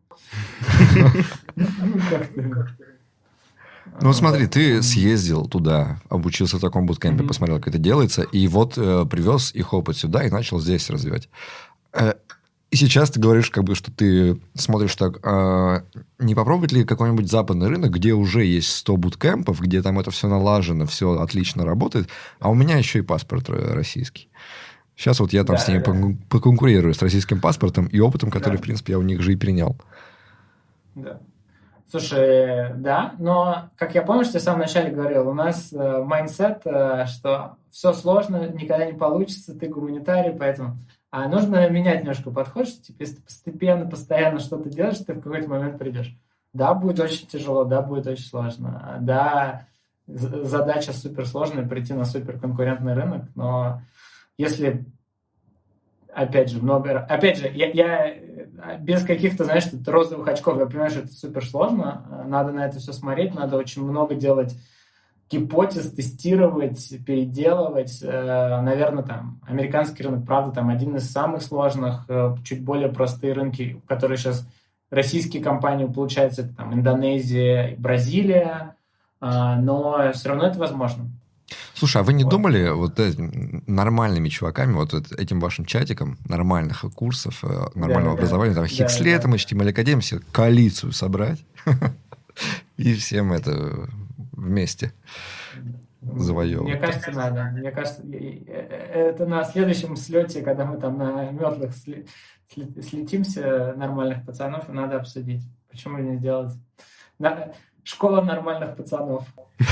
Ну, смотри, ты съездил туда, обучился в таком буткемпе, посмотрел, как это делается, и вот привез их опыт сюда и начал здесь развивать. И сейчас ты говоришь, как бы, что ты смотришь так, а не попробовать ли какой-нибудь западный рынок, где уже есть сто буткемпов, где там это все налажено, все отлично работает, а у меня еще и паспорт российский. Сейчас вот я там да, с ними да. поконкурирую с российским паспортом и опытом, который, да. в принципе, я у них же и принял. Да. Слушай, да, но, как я помню, что я в самом начале говорил, у нас майндсет, э, что все сложно, никогда не получится, ты гуманитарий, поэтому... А нужно менять немножко подход, что типа, если ты постепенно, постоянно что-то делаешь, ты в какой-то момент придешь. Да, будет очень тяжело, да, будет очень сложно. Да, задача суперсложная, прийти на суперконкурентный рынок, но если, опять же, много... Опять же, я, я без каких-то, знаешь, розовых очков, я понимаю, что это суперсложно, надо на это все смотреть, надо очень много делать гипотез, тестировать, переделывать. Наверное, там американский рынок, правда, там один из самых сложных, чуть более простые рынки, которые сейчас российские компании, получается, это там Индонезия, Бразилия, но все равно это возможно. Слушай, а вы не вот. думали вот этим нормальными чуваками, вот этим вашим чатиком нормальных курсов, нормального да, образования, да, там, Хикслетом, да. эйч ти эм эль Академия, все коалицию собрать и всем это... вместе завоевывать. Мне кажется, надо. Мне кажется, это на следующем слете, когда мы там на метлах слетимся, нормальных пацанов, и надо обсудить. Почему не сделать? Школа нормальных пацанов.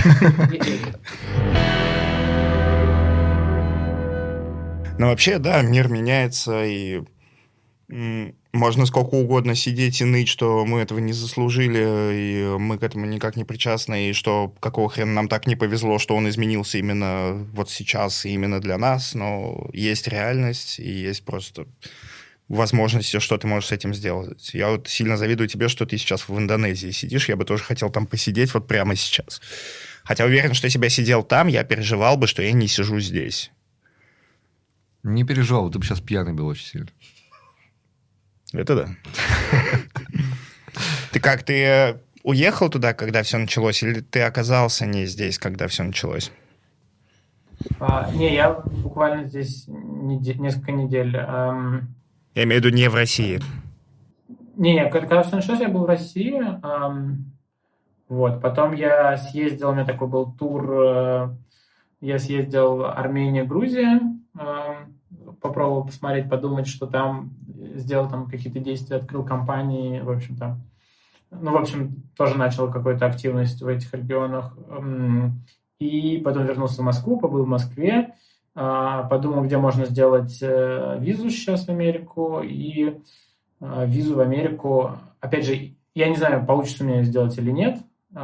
Ну, вообще, да, мир меняется, и можно сколько угодно сидеть и ныть, что мы этого не заслужили, и мы к этому никак не причастны, и что какого хрена нам так не повезло, что он изменился именно вот сейчас и именно для нас, но есть реальность, и есть просто возможности, что ты можешь с этим сделать. Я вот сильно завидую тебе, что ты сейчас в Индонезии сидишь, я бы тоже хотел там посидеть вот прямо сейчас. Хотя уверен, что если бы я сидел там, я переживал бы, что я не сижу здесь. Не переживал, ты бы сейчас пьяный был очень сильно. Это да. Ты как, ты уехал туда, когда все началось, или ты оказался не здесь, когда все началось? А, не, я буквально здесь недель, несколько недель. Эм... Я имею в виду не в России. Не, не, когда все началось, я был в России. Эм... Вот, потом я съездил, у меня такой был тур, э... я съездил Армения, Грузия, э... попробовал посмотреть, подумать, что там, сделал там какие-то действия, открыл компании, в общем-то. Ну, в общем, тоже начал какую-то активность в этих регионах. И потом вернулся в Москву, побыл в Москве, подумал, где можно сделать визу сейчас в Америку. И визу в Америку, опять же, я не знаю, получится у меня ее сделать или нет,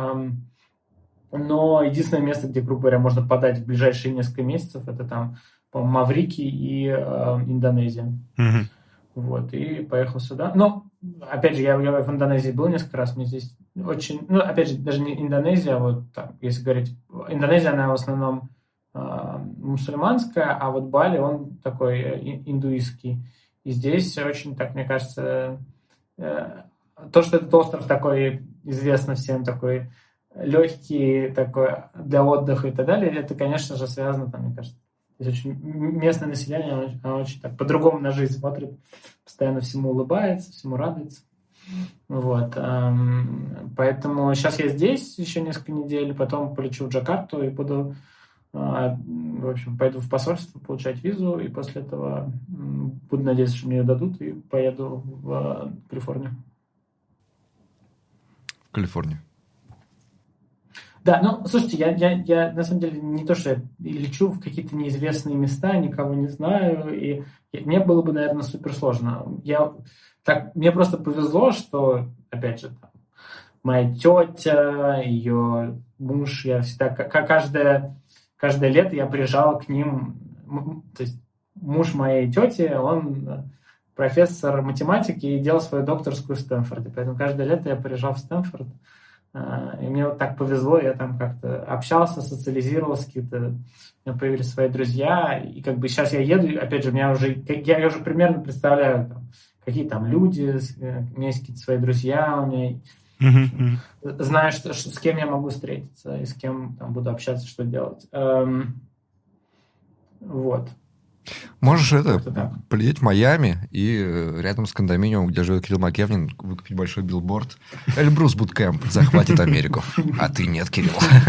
но единственное место, где, грубо говоря, можно подать в ближайшие несколько месяцев, это там, по-моему, Маврикий и Индонезия. Mm-hmm. Вот, и поехал сюда. Но, опять же, я, я в Индонезии был несколько раз, мне здесь очень... Ну, опять же, даже не Индонезия, а вот так, если говорить... Индонезия, она в основном э, мусульманская, а вот Бали, он такой э, индуистский. И здесь очень, так, мне кажется, э, то, что этот остров такой известно всем, такой легкий, такой для отдыха и так далее, это, конечно же, связано, там, мне кажется, здесь очень местное население, оно, оно очень так по-другому на жизнь смотрит, постоянно всему улыбается, всему радуется. Вот. Поэтому сейчас я здесь еще несколько недель, потом полечу в Джакарту и буду, в общем, пойду в посольство получать визу, и после этого буду надеяться, что мне ее дадут, и поеду в Калифорнию. В Калифорнию. Да, ну, слушайте, я, я, я на самом деле не то, что я лечу в какие-то неизвестные места, никого не знаю, и, и мне было бы, наверное, суперсложно. Я, так, мне просто повезло, что, опять же, там, моя тетя, ее муж, я всегда, как каждое, каждое лето я приезжал к ним, то есть муж моей тети, он профессор математики и делал свою докторскую в Стэнфорде, поэтому каждое лето я приезжал в Стэнфорд. И мне вот так повезло, я там как-то общался, социализировался, какие-то у меня появились свои друзья, и как бы сейчас я еду, опять же, меня уже, я, я уже примерно представляю, там, какие там люди, у меня есть какие-то свои друзья, у меня mm-hmm. знаю, что, что, с кем я могу встретиться, и с кем там буду общаться, что делать. Эм, вот. Можешь это, полететь в Майами и рядом с кондоминиумом, где живет Кирилл Макевнин, выкупить большой билборд. Эльбрус Буткэмп захватит Америку. А ты нет, Кирилл.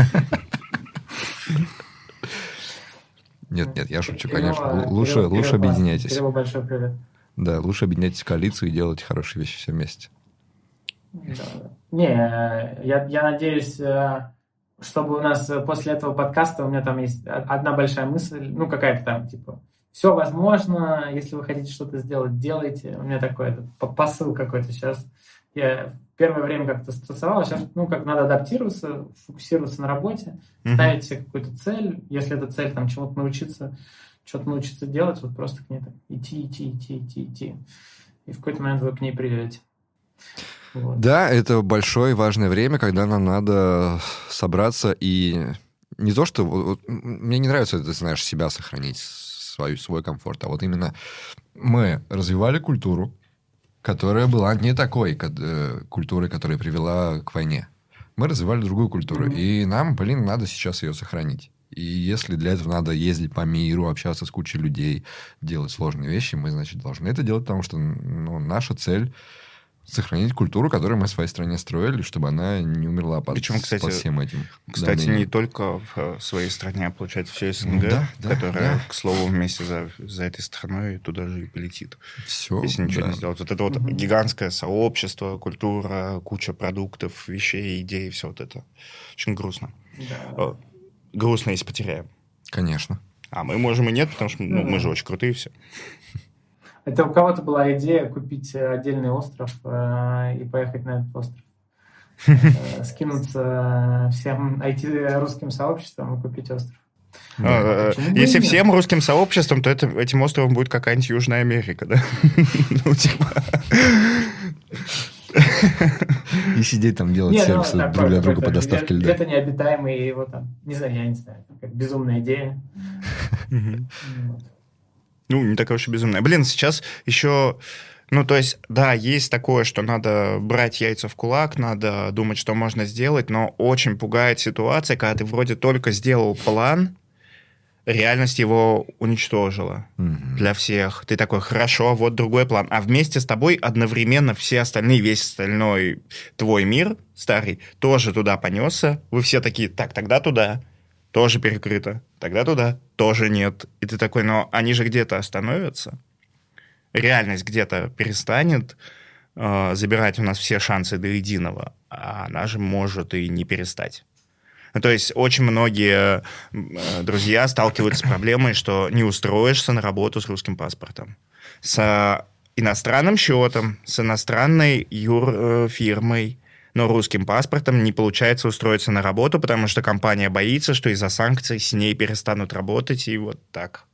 Нет, нет, я шучу, конечно. Лучше, лучше объединяйтесь. Кириллу большой привет. Да, лучше объединяйтесь в коалицию и делайте хорошие вещи все вместе. Не, я, я надеюсь, чтобы у нас после этого подкаста у меня там есть одна большая мысль, ну, какая-то там, типа, все возможно, если вы хотите что-то сделать, делайте. У меня такой этот посыл какой-то сейчас. Я в первое время как-то стрессовал, а сейчас, ну, как надо адаптироваться, фокусироваться на работе, mm-hmm. ставить себе какую-то цель. Если эта цель, там, чему-то научиться, что-то научиться делать, вот просто к ней так идти, идти, идти, идти, идти. И в какой-то момент вы к ней придете. Вот. Да, это большое важное время, когда нам надо собраться и не то, что... Вот, мне не нравится, ты знаешь, себя сохранить, свой, свой комфорт, а вот именно мы развивали культуру, которая была не такой культурой, которая привела к войне. Мы развивали другую культуру, mm-hmm. и нам, блин, надо сейчас ее сохранить. И если для этого надо ездить по миру, общаться с кучей людей, делать сложные вещи, мы, значит, должны это делать, потому что ну, наша цель сохранить культуру, которую мы в своей стране строили, чтобы она не умерла под, Причем, кстати, под всем этим. Кстати, данным. Не только в своей стране, а получается все СНГ, да, да, которая, да. к слову, вместе за, за этой страной туда же и полетит. Все, если ничего да. не сделать. Вот это вот угу. гигантское сообщество, культура, куча продуктов, вещей, идей, все вот это. Очень грустно. Да. Грустно, если потеряем. Конечно. А мы можем и нет, потому что ну, мы же очень крутые все. Это у кого-то была идея купить отдельный остров э, и поехать на этот остров. Э, скинуться всем ай ти-русским сообществом и купить остров. А, если всем русским сообществом, то это, этим островом будет какая-нибудь Южная Америка, да? Ну, типа... И сидеть там, делать сервисы друг для друга по доставке льда. Где-то необитаемый, и его там... Не знаю, я не знаю. Безумная идея. Ну, не такая уж и безумная. Блин, сейчас еще... Ну, то есть, да, есть такое, что надо брать яйца в кулак, надо думать, что можно сделать, но очень пугает ситуация, когда ты вроде только сделал план, реальность его уничтожила mm-hmm. для всех. Ты такой, хорошо, вот другой план. А вместе с тобой одновременно все остальные, весь остальной твой мир старый тоже туда понесся. Вы все такие, так, тогда туда... тоже перекрыто. Тогда туда тоже нет. И ты такой, но они же где-то остановятся. Реальность где-то перестанет э, забирать у нас все шансы до единого, а она же может и не перестать. Ну, то есть очень многие э, друзья сталкиваются с проблемой, что не устроишься на работу с русским паспортом, с иностранным счетом, с иностранной юрфирмой, но русским паспортом не получается устроиться на работу, потому что компания боится, что из-за санкций с ней перестанут работать, и вот так.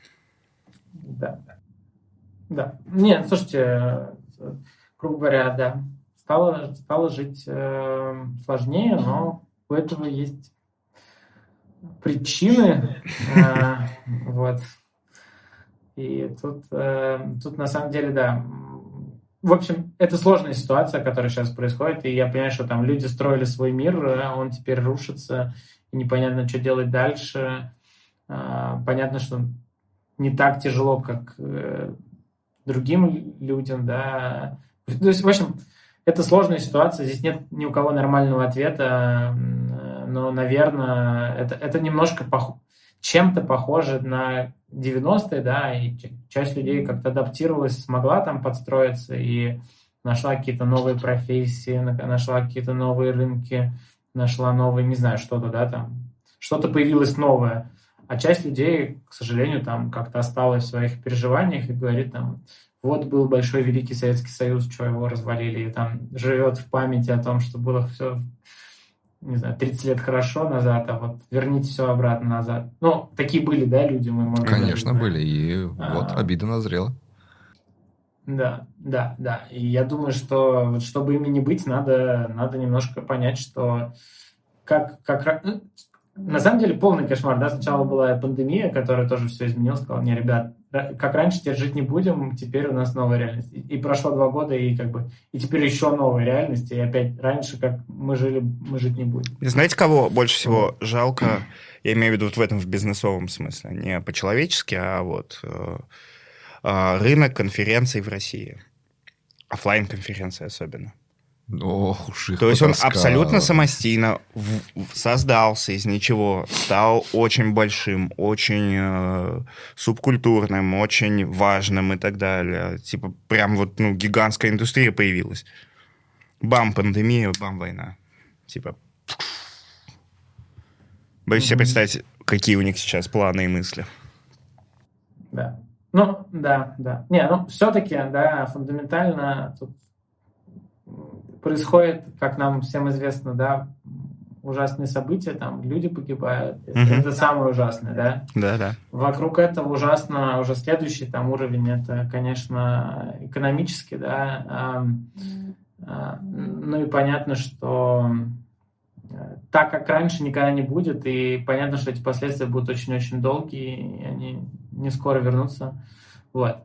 Да. Да. Нет, слушайте, грубо говоря, да, стало, стало жить э, сложнее, но у этого есть причины. Э, вот. И тут, э, тут на самом деле, да, в общем, это сложная ситуация, которая сейчас происходит, и я понимаю, что там люди строили свой мир, он теперь рушится, и непонятно, что делать дальше. Понятно, что не так тяжело, как другим людям, да. То есть, в общем, это сложная ситуация, здесь нет ни у кого нормального ответа, но, наверное, это, это немножко пох... чем-то похоже на девяностые, да, и часть людей как-то адаптировалась, смогла там подстроиться и нашла какие-то новые профессии, нашла какие-то новые рынки, нашла новые, не знаю, что-то, да, там, что-то появилось новое. А часть людей, к сожалению, там как-то осталась в своих переживаниях и говорит, там, вот был большой великий Советский Союз, что его развалили, и там живет в памяти о том, что было все, не знаю, тридцать лет хорошо назад, а вот верните все обратно назад. Ну, такие были, да, люди? Мы можем Конечно, были, и а, вот обида назрела. Да, да, да. И я думаю, что вот, чтобы ими не быть, надо, надо немножко понять, что как, как... На самом деле полный кошмар, да, сначала была пандемия, которая тоже все изменила, сказала, не, ребят, как раньше, теперь жить не будем, теперь у нас новая реальность. И прошло два года, и как бы и теперь еще новая реальность, и опять раньше, как мы жили, мы жить не будем. Знаете, кого больше всего жалко? Я имею в виду вот в этом в бизнесовом смысле, не по-человечески, а вот э, э, рынок конференций в России. Оффлайн-конференции особенно. Ох уж их То есть потаскало. Он абсолютно самостийно в, в, создался из ничего, стал очень большим, очень э, субкультурным, очень важным и так далее. Типа прям вот ну, гигантская индустрия появилась. Бам, пандемия, бам, война. Типа... Боюсь mm-hmm. себе представить, какие у них сейчас планы и мысли. Да. Ну, да, да. Не, ну, все-таки, да, фундаментально тут происходит, как нам всем известно, да, ужасные события, там люди погибают. Mm-hmm. Это самое ужасное, да? Да, да. Вокруг этого ужасно уже следующий там уровень, это, конечно, экономический, да. А, а, ну и понятно, что так, как раньше, никогда не будет, и понятно, что эти последствия будут очень-очень долгие, и они не скоро вернутся. Вот.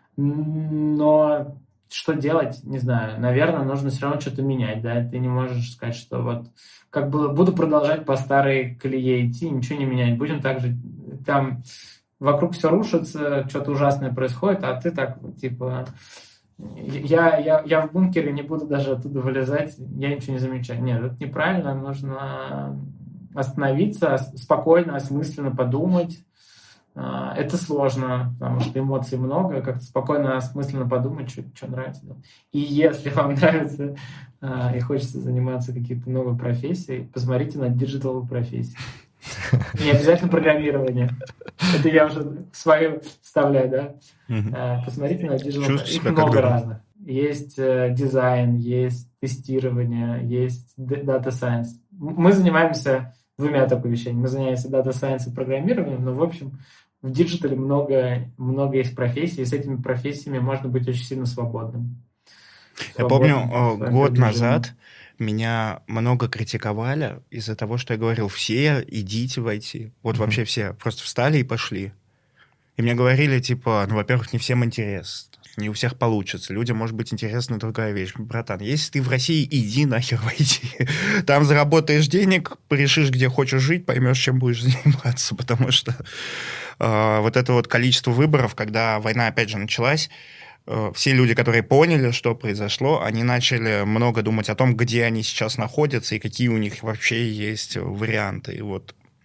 Но что делать, не знаю. Наверное, нужно все равно что-то менять, да. Ты не можешь сказать, что вот как было, буду продолжать по старой колее идти, ничего не менять. Будем так же, там вокруг все рушится, что-то ужасное происходит, а ты так, типа, я, я, я в бункере, не буду даже оттуда вылезать, я ничего не замечаю. Нет, это неправильно, нужно остановиться, спокойно, осмысленно подумать. Это сложно, потому что эмоций много, как-то спокойно, осмысленно подумать, что, что нравится. И если вам нравится и хочется заниматься какой-то новой профессией, посмотрите на диджитал профессии. Не обязательно программирование. Это я уже свою вставляю, да? Uh-huh. Посмотрите на диджитал профессии. Их много разных. Есть дизайн, есть тестирование, есть data science. Мы занимаемся двумя такими вещами. Мы занимаемся data science и программированием, но, в общем, в диджитале много, много есть профессий, и с этими профессиями можно быть очень сильно свободным. Я свободным, помню, год назад меня много критиковали из-за того, что я говорил, все идите в ай ти. Вот mm-hmm. вообще все просто встали и пошли. И мне говорили, типа, ну, во-первых, не всем интересно. Не у всех получится. Людям может быть интересна другая вещь. Братан, если ты в России, иди нахер в ай ти. Там заработаешь денег, решишь, где хочешь жить, поймешь, чем будешь заниматься. Потому что э, вот это вот количество выборов, когда война опять же началась, э, все люди, которые поняли, что произошло, они начали много думать о том, где они сейчас находятся и какие у них вообще есть варианты. И вот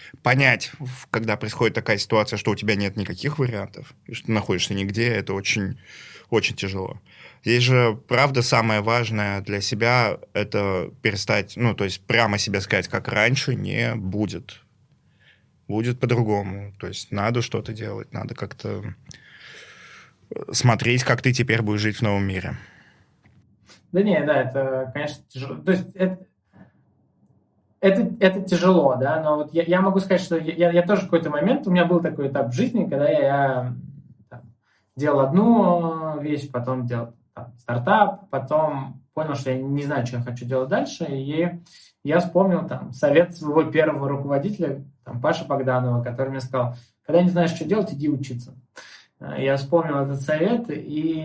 понять, когда происходит такая ситуация, что у тебя нет никаких вариантов, и что ты находишься нигде, это очень, очень тяжело. Здесь же, правда, самое важное для себя — это перестать, ну, то есть прямо себе сказать, как раньше, не будет. Будет по-другому. То есть надо что-то делать, надо как-то смотреть, как ты теперь будешь жить в новом мире. Да не, да, это, конечно, тяжело. То есть это, это, это тяжело, да, но вот я, я могу сказать, что я, я тоже в какой-то момент, у меня был такой этап в жизни, когда я там, делал одну вещь, потом делал там, стартап, потом понял, что я не знаю, что я хочу делать дальше, и я вспомнил там совет своего первого руководителя, там, Паши Богданова, который мне сказал, когда не знаешь, что делать, иди учиться. Я вспомнил этот совет и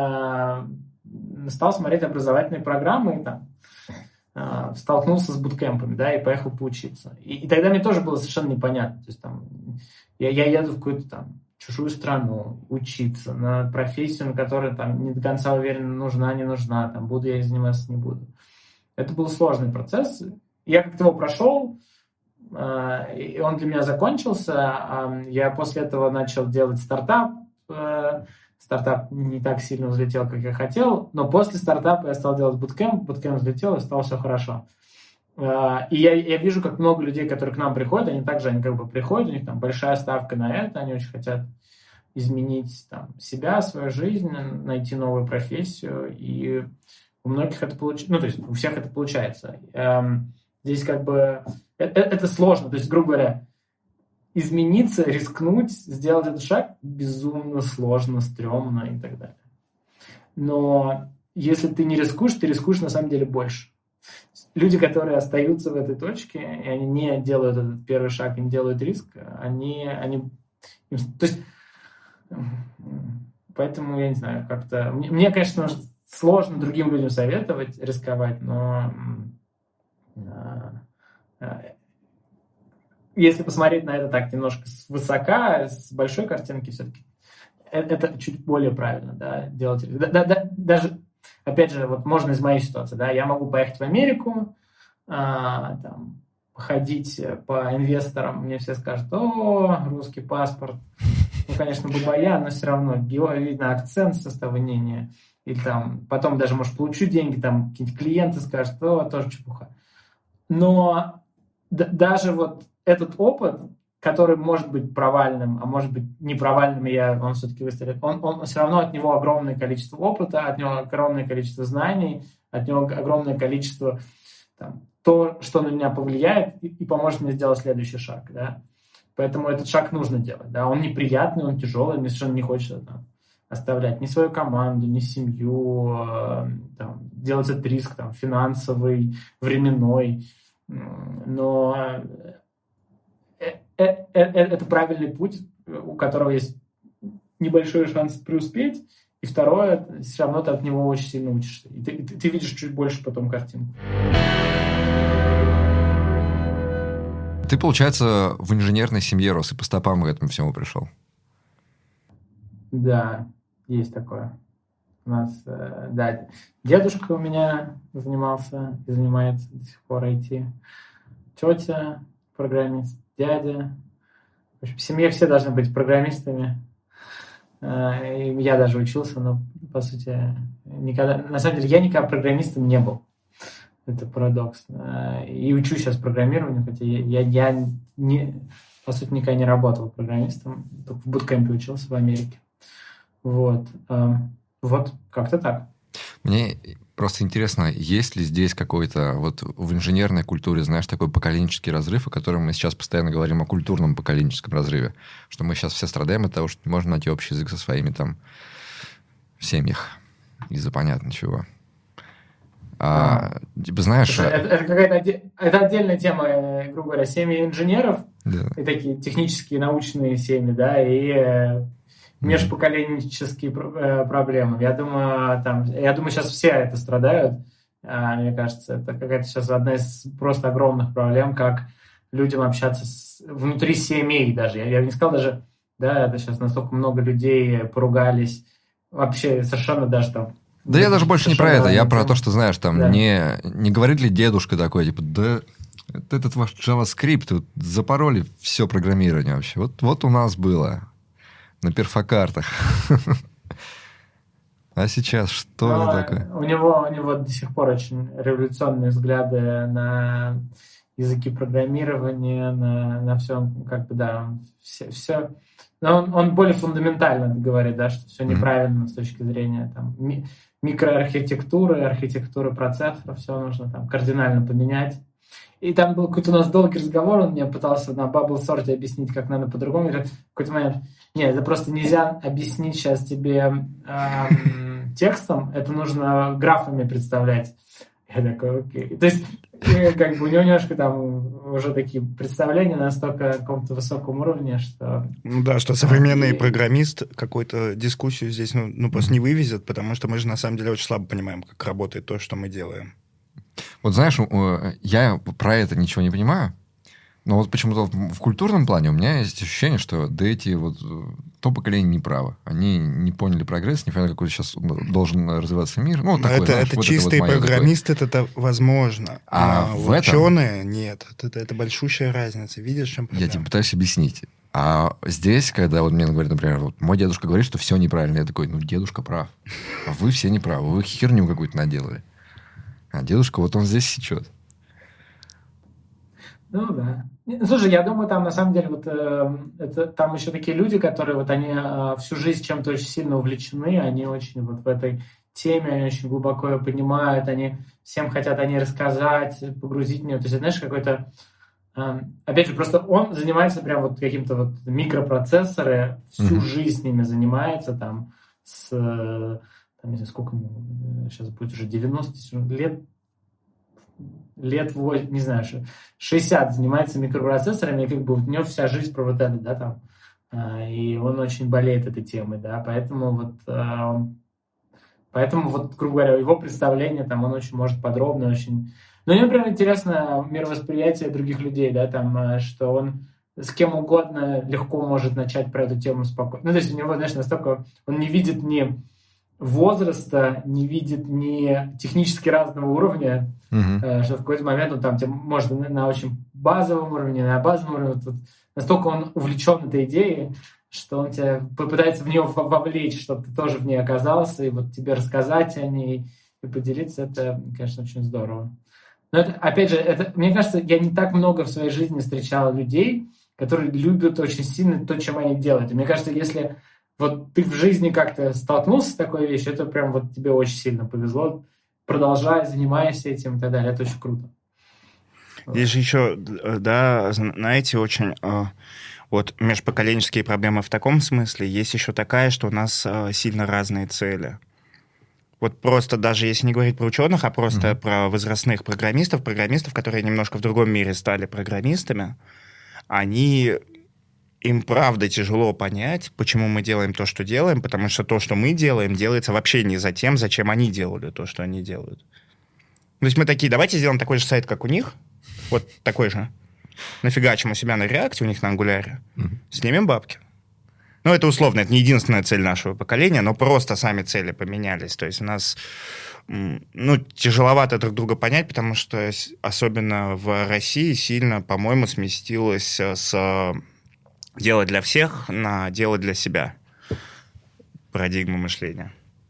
стал смотреть образовательные программы, и там, столкнулся с буткемпами, да, и поехал поучиться. И, и тогда мне тоже было совершенно непонятно. То есть, там, я, я еду в какую-то там чужую страну учиться на профессию, на которой там, не до конца уверен, нужна, не нужна, там, буду я заниматься, не буду. Это был сложный процесс. Я как-то его прошел, и он для меня закончился. Я после этого начал делать стартап. Стартап не так сильно взлетел, как я хотел, но после стартапа я стал делать буткемп, буткемп взлетел, и стало все хорошо. И я, я вижу, как много людей, которые к нам приходят, они также они как бы приходят, у них там большая ставка на это, они очень хотят изменить там, себя, свою жизнь, найти новую профессию, и у многих это получается, ну, то есть у всех это получается. Здесь как бы это, это сложно, то есть, грубо говоря, измениться, рискнуть, сделать этот шаг безумно сложно, стрёмно и так далее. Но если ты не рискуешь, ты рискуешь на самом деле больше. Люди, которые остаются в этой точке, и они не делают этот первый шаг, и не делают риск, они... они им, то есть, поэтому, я не знаю, как-то... Мне, мне, конечно, сложно другим людям советовать рисковать, но... Если посмотреть на это так немножко свысока, с большой картинки, все-таки это чуть более правильно, да, делать. Да, да, да, даже, опять же, вот можно из моей ситуации, да, я могу поехать в Америку, а, там, ходить по инвесторам, мне все скажут, о, русский паспорт, ну, конечно, бабая, но все равно, видно акцент, составление, или там, потом даже, может, получу деньги, там, какие-то клиенты скажут, о, тоже чепуха. Но д- даже вот этот опыт, который может быть провальным, а может быть не провальным, и я, он все-таки выстрелит, он, он все равно от него огромное количество опыта, от него огромное количество знаний, от него огромное количество там, то, что на меня повлияет и, и поможет мне сделать следующий шаг. Да? Поэтому этот шаг нужно делать. Да? Он неприятный, он тяжелый, мне совершенно не хочется там, оставлять ни свою команду, ни семью, там, делать этот риск там, финансовый, временной. Но это правильный путь, у которого есть небольшой шанс преуспеть, и второе, все равно ты от него очень сильно учишься. И ты, ты, ты видишь чуть больше потом картинку. Ты, получается, в инженерной семье рос и по стопам к этому всему пришел. Да, есть такое. У нас, да, дедушка у меня занимался и занимается до сих пор ай ти. Тетя программист, дядя. В общем, в семье все должны быть программистами. И я даже учился, но, по сути, никогда... На самом деле, я никогда программистом не был. Это парадокс. И учу сейчас программированию, хотя я, я, я не, по сути, никогда не работал программистом. Только в буткемпе учился в Америке. Вот. Вот, как-то так. Мне просто интересно, есть ли здесь какой-то вот в инженерной культуре, знаешь, такой поколенческий разрыв, о котором мы сейчас постоянно говорим, о культурном поколенческом разрыве, что мы сейчас все страдаем от того, что не можем найти общий язык со своими там в семьях из-за понятно чего. А, а, типа, знаешь... Это, это, это какая-то это отдельная тема, грубо говоря, семьи инженеров, да. И такие технические, научные семьи, да, и... межпоколенческие проблемы. Я думаю, там, я думаю, сейчас все это страдают. Мне кажется, это какая-то сейчас одна из просто огромных проблем, как людям общаться с, внутри семей даже. Я, я не сказал даже, да, это сейчас настолько много людей поругались. Вообще совершенно даже там... Да я даже больше не про это. Я про то, что, знаешь, там, да. не, не говорит ли дедушка такой, типа, да... Этот ваш JavaScript, вот, запороли все программирование вообще. Вот, вот у нас было на перфокартах. А сейчас что Но это такое? У него, у него до сих пор очень революционные взгляды на языки программирования, на, на все, как бы, да, все, все. Но он, он более фундаментально говорит, да, что все неправильно mm-hmm. с точки зрения там, ми, микроархитектуры, архитектуры процессора, все нужно там кардинально поменять. И там был какой-то у нас долгий разговор, он мне пытался на BubbleSort объяснить, как надо по-другому. Говорит, в какой-то момент, нет, это просто нельзя объяснить сейчас тебе эм, текстом, это нужно графами представлять. Я такой, окей. То есть, как бы у него немножко там уже такие представления настолько на каком-то высоком уровне, что... Ну да, что современный и... программист какую-то дискуссию здесь ну, ну просто не вывезет, потому что мы же на самом деле очень слабо понимаем, как работает то, что мы делаем. Вот знаешь, я про это ничего не понимаю, но вот почему-то в культурном плане у меня есть ощущение, что да эти вот то поколение неправо. Они не поняли прогресс, не поняли, какой сейчас должен развиваться мир. Ну, такой, это знаешь, это вот чистые это вот программисты, это, это возможно. А, а в ученые этом... нет. Это, это большущая разница. Видишь, в чем проблема? Я тебе пытаюсь объяснить. А здесь, когда вот мне говорят, например, вот мой дедушка говорит, что все неправильно, я такой, ну, дедушка прав. А вы все неправы. Вы херню какую-то наделали. А дедушка, вот он здесь сечет. Ну да. Слушай, я думаю, там на самом деле вот э, это, там еще такие люди, которые вот они э, всю жизнь чем-то очень сильно увлечены, они очень вот в этой теме, они очень глубоко ее понимают, они всем хотят о ней рассказать, погрузить в нее. То есть, знаешь, какой-то... Э, опять же, просто он занимается прям вот каким-то вот микропроцессоры, всю mm-hmm. жизнь с ними занимается, там, с... Там, не знаю, сколько ему, сейчас будет уже девяносто лет, лет, не знаю, шестьдесят занимается микропроцессорами, и как бы у него вся жизнь про вот это, да, там, и он очень болеет этой темой, да, поэтому вот он, поэтому вот, грубо говоря, его представление, там, он очень может подробно, очень... Но мне, например, интересно мировосприятие других людей, да, там, что он с кем угодно легко может начать про эту тему спокойно. Ну, то есть у него, знаешь, настолько... Он не видит ни возраста, не видит ни технически разного уровня, uh-huh. что в какой-то момент он там может на, на очень базовом уровне, на базовом уровне, тут настолько он увлечен этой идеей, что он тебя попытается в нее вовлечь, чтобы ты тоже в ней оказался, и вот тебе рассказать о ней и поделиться, это, конечно, очень здорово. Но это, опять же, это, мне кажется, я не так много в своей жизни встречал людей, которые любят очень сильно то, чем они делают. И мне кажется, если вот ты в жизни как-то столкнулся с такой вещью, это прям вот тебе очень сильно повезло. Продолжай, занимайся этим и так далее. Это очень круто. Здесь же еще, да, знаете, очень вот межпоколенческие проблемы в таком смысле. Есть еще такая, что у нас сильно разные цели. Вот просто даже если не говорить про ученых, а просто mm-hmm. про возрастных программистов, программистов, которые немножко в другом мире стали программистами, они... Им правда тяжело понять, почему мы делаем то, что делаем, потому что то, что мы делаем, делается вообще не за тем, зачем они делали то, что они делают. То есть мы такие, давайте сделаем такой же сайт, как у них, вот такой же. Нафигачим у себя на React, у них на Angular, mm-hmm. снимем бабки. Ну, это условно, это не единственная цель нашего поколения, но просто сами цели поменялись. То есть у нас, ну, тяжеловато друг друга понять, потому что особенно в России сильно, по-моему, сместилось с... дело для всех на дело для себя. Парадигма мышления.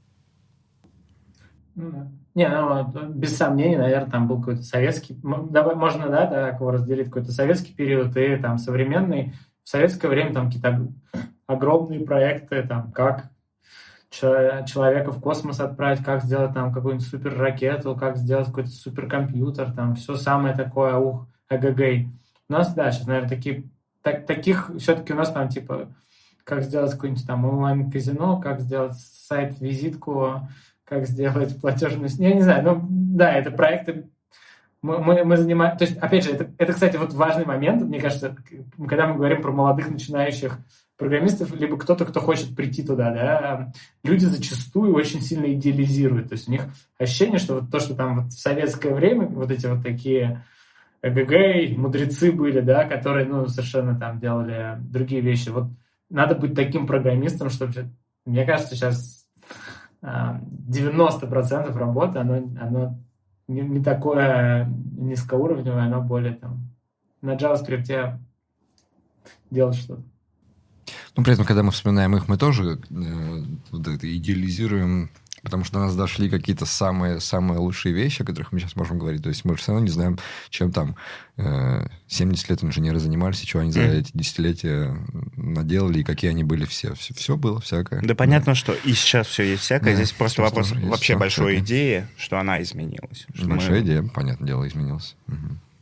Ну, да. Не, ну, без сомнений, наверное, там был какой-то советский... Давай, можно, да, так его разделить, какой-то советский период и там современный. В советское время там какие-то огромные проекты, там, как человека в космос отправить, как сделать там какую-нибудь суперракету, как сделать какой-то суперкомпьютер, там, все самое такое, ух, эгэгэй. У нас, да, сейчас, наверное, такие... Так, таких все-таки у нас там, типа, как сделать какое-нибудь там онлайн-казино, как сделать сайт-визитку, как сделать платежную... Я не знаю, ну, да, это проекты... Мы, мы, мы занимаем... То есть, опять же, это, это, кстати, вот важный момент, мне кажется, когда мы говорим про молодых начинающих программистов, либо кто-то, кто хочет прийти туда, да, люди зачастую очень сильно идеализируют. То есть у них ощущение, что вот то, что там вот в советское время, вот эти вот такие... эгэгэй, мудрецы были, да, которые, ну, совершенно там делали другие вещи. Вот надо быть таким программистом, чтобы, мне кажется, сейчас девяносто процентов работы, оно, оно не, не такое низкоуровневое, оно более там на JavaScript делать что-то. Ну, при этом, когда мы вспоминаем их, мы тоже э, вот это идеализируем, потому что до нас дошли какие-то самые, самые лучшие вещи, о которых мы сейчас можем говорить. То есть мы все равно не знаем, чем там э, семьдесят лет инженеры занимались, и чего они за эти десятилетия наделали, и какие они были все. Все, все было всякое. Да, понятно, да. Что и сейчас все есть всякое. Да, здесь просто вопрос вообще большой всякое. Идеи, что она изменилась. Что Большая мы... идея, понятное дело, изменилась. Угу.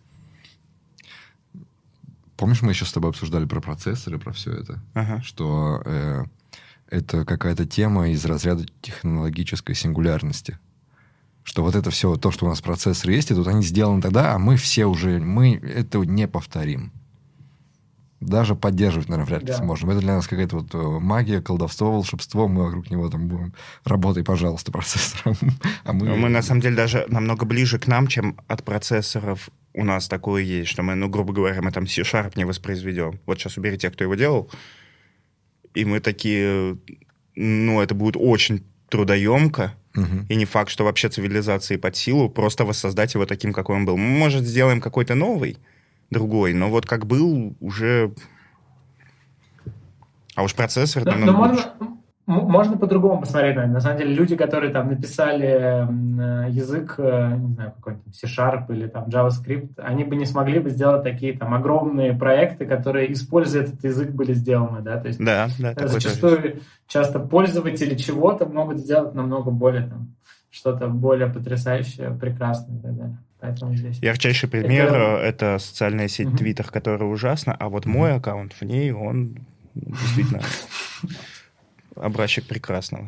Помнишь, мы еще с тобой обсуждали про процессоры, про все это? Ага. Что э, это какая-то тема из разряда технологической сингулярности. Что вот это все, то, что у нас процессоры есть, и тут они сделаны тогда, а мы все уже, мы этого не повторим. Даже поддерживать, наверное, вряд ли да. сможем. Это для нас какая-то вот магия, колдовство, волшебство. Мы вокруг него там будем. Работай, пожалуйста, процессором. а мы... мы, на самом деле, даже намного ближе к нам, чем от процессоров у нас такое есть, что мы, ну, грубо говоря, мы там C-Sharp не воспроизведем. Вот сейчас убери тех, кто его делал, и мы такие... Ну, это будет очень трудоемко, угу. и не факт, что вообще цивилизации под силу просто воссоздать его таким, какой он был. Мы, может, сделаем какой-то новый, другой, но вот как был, уже... А уж процессор но, намного но лучше. Можно, можно по-другому посмотреть на это. На самом деле люди, которые там написали язык, не знаю, какой-нибудь C-Sharp или там JavaScript, они бы не смогли бы сделать такие там огромные проекты, которые, используя этот язык, были сделаны, да? То есть да, да, зачастую часто пользователи чего-то могут сделать намного более там что-то более потрясающее, прекрасное и так далее. Поэтому здесь... Ярчайший пример это, это социальная сеть uh-huh. Twitter, которая ужасна, а вот uh-huh. мой аккаунт в ней, он действительно образчик прекрасного.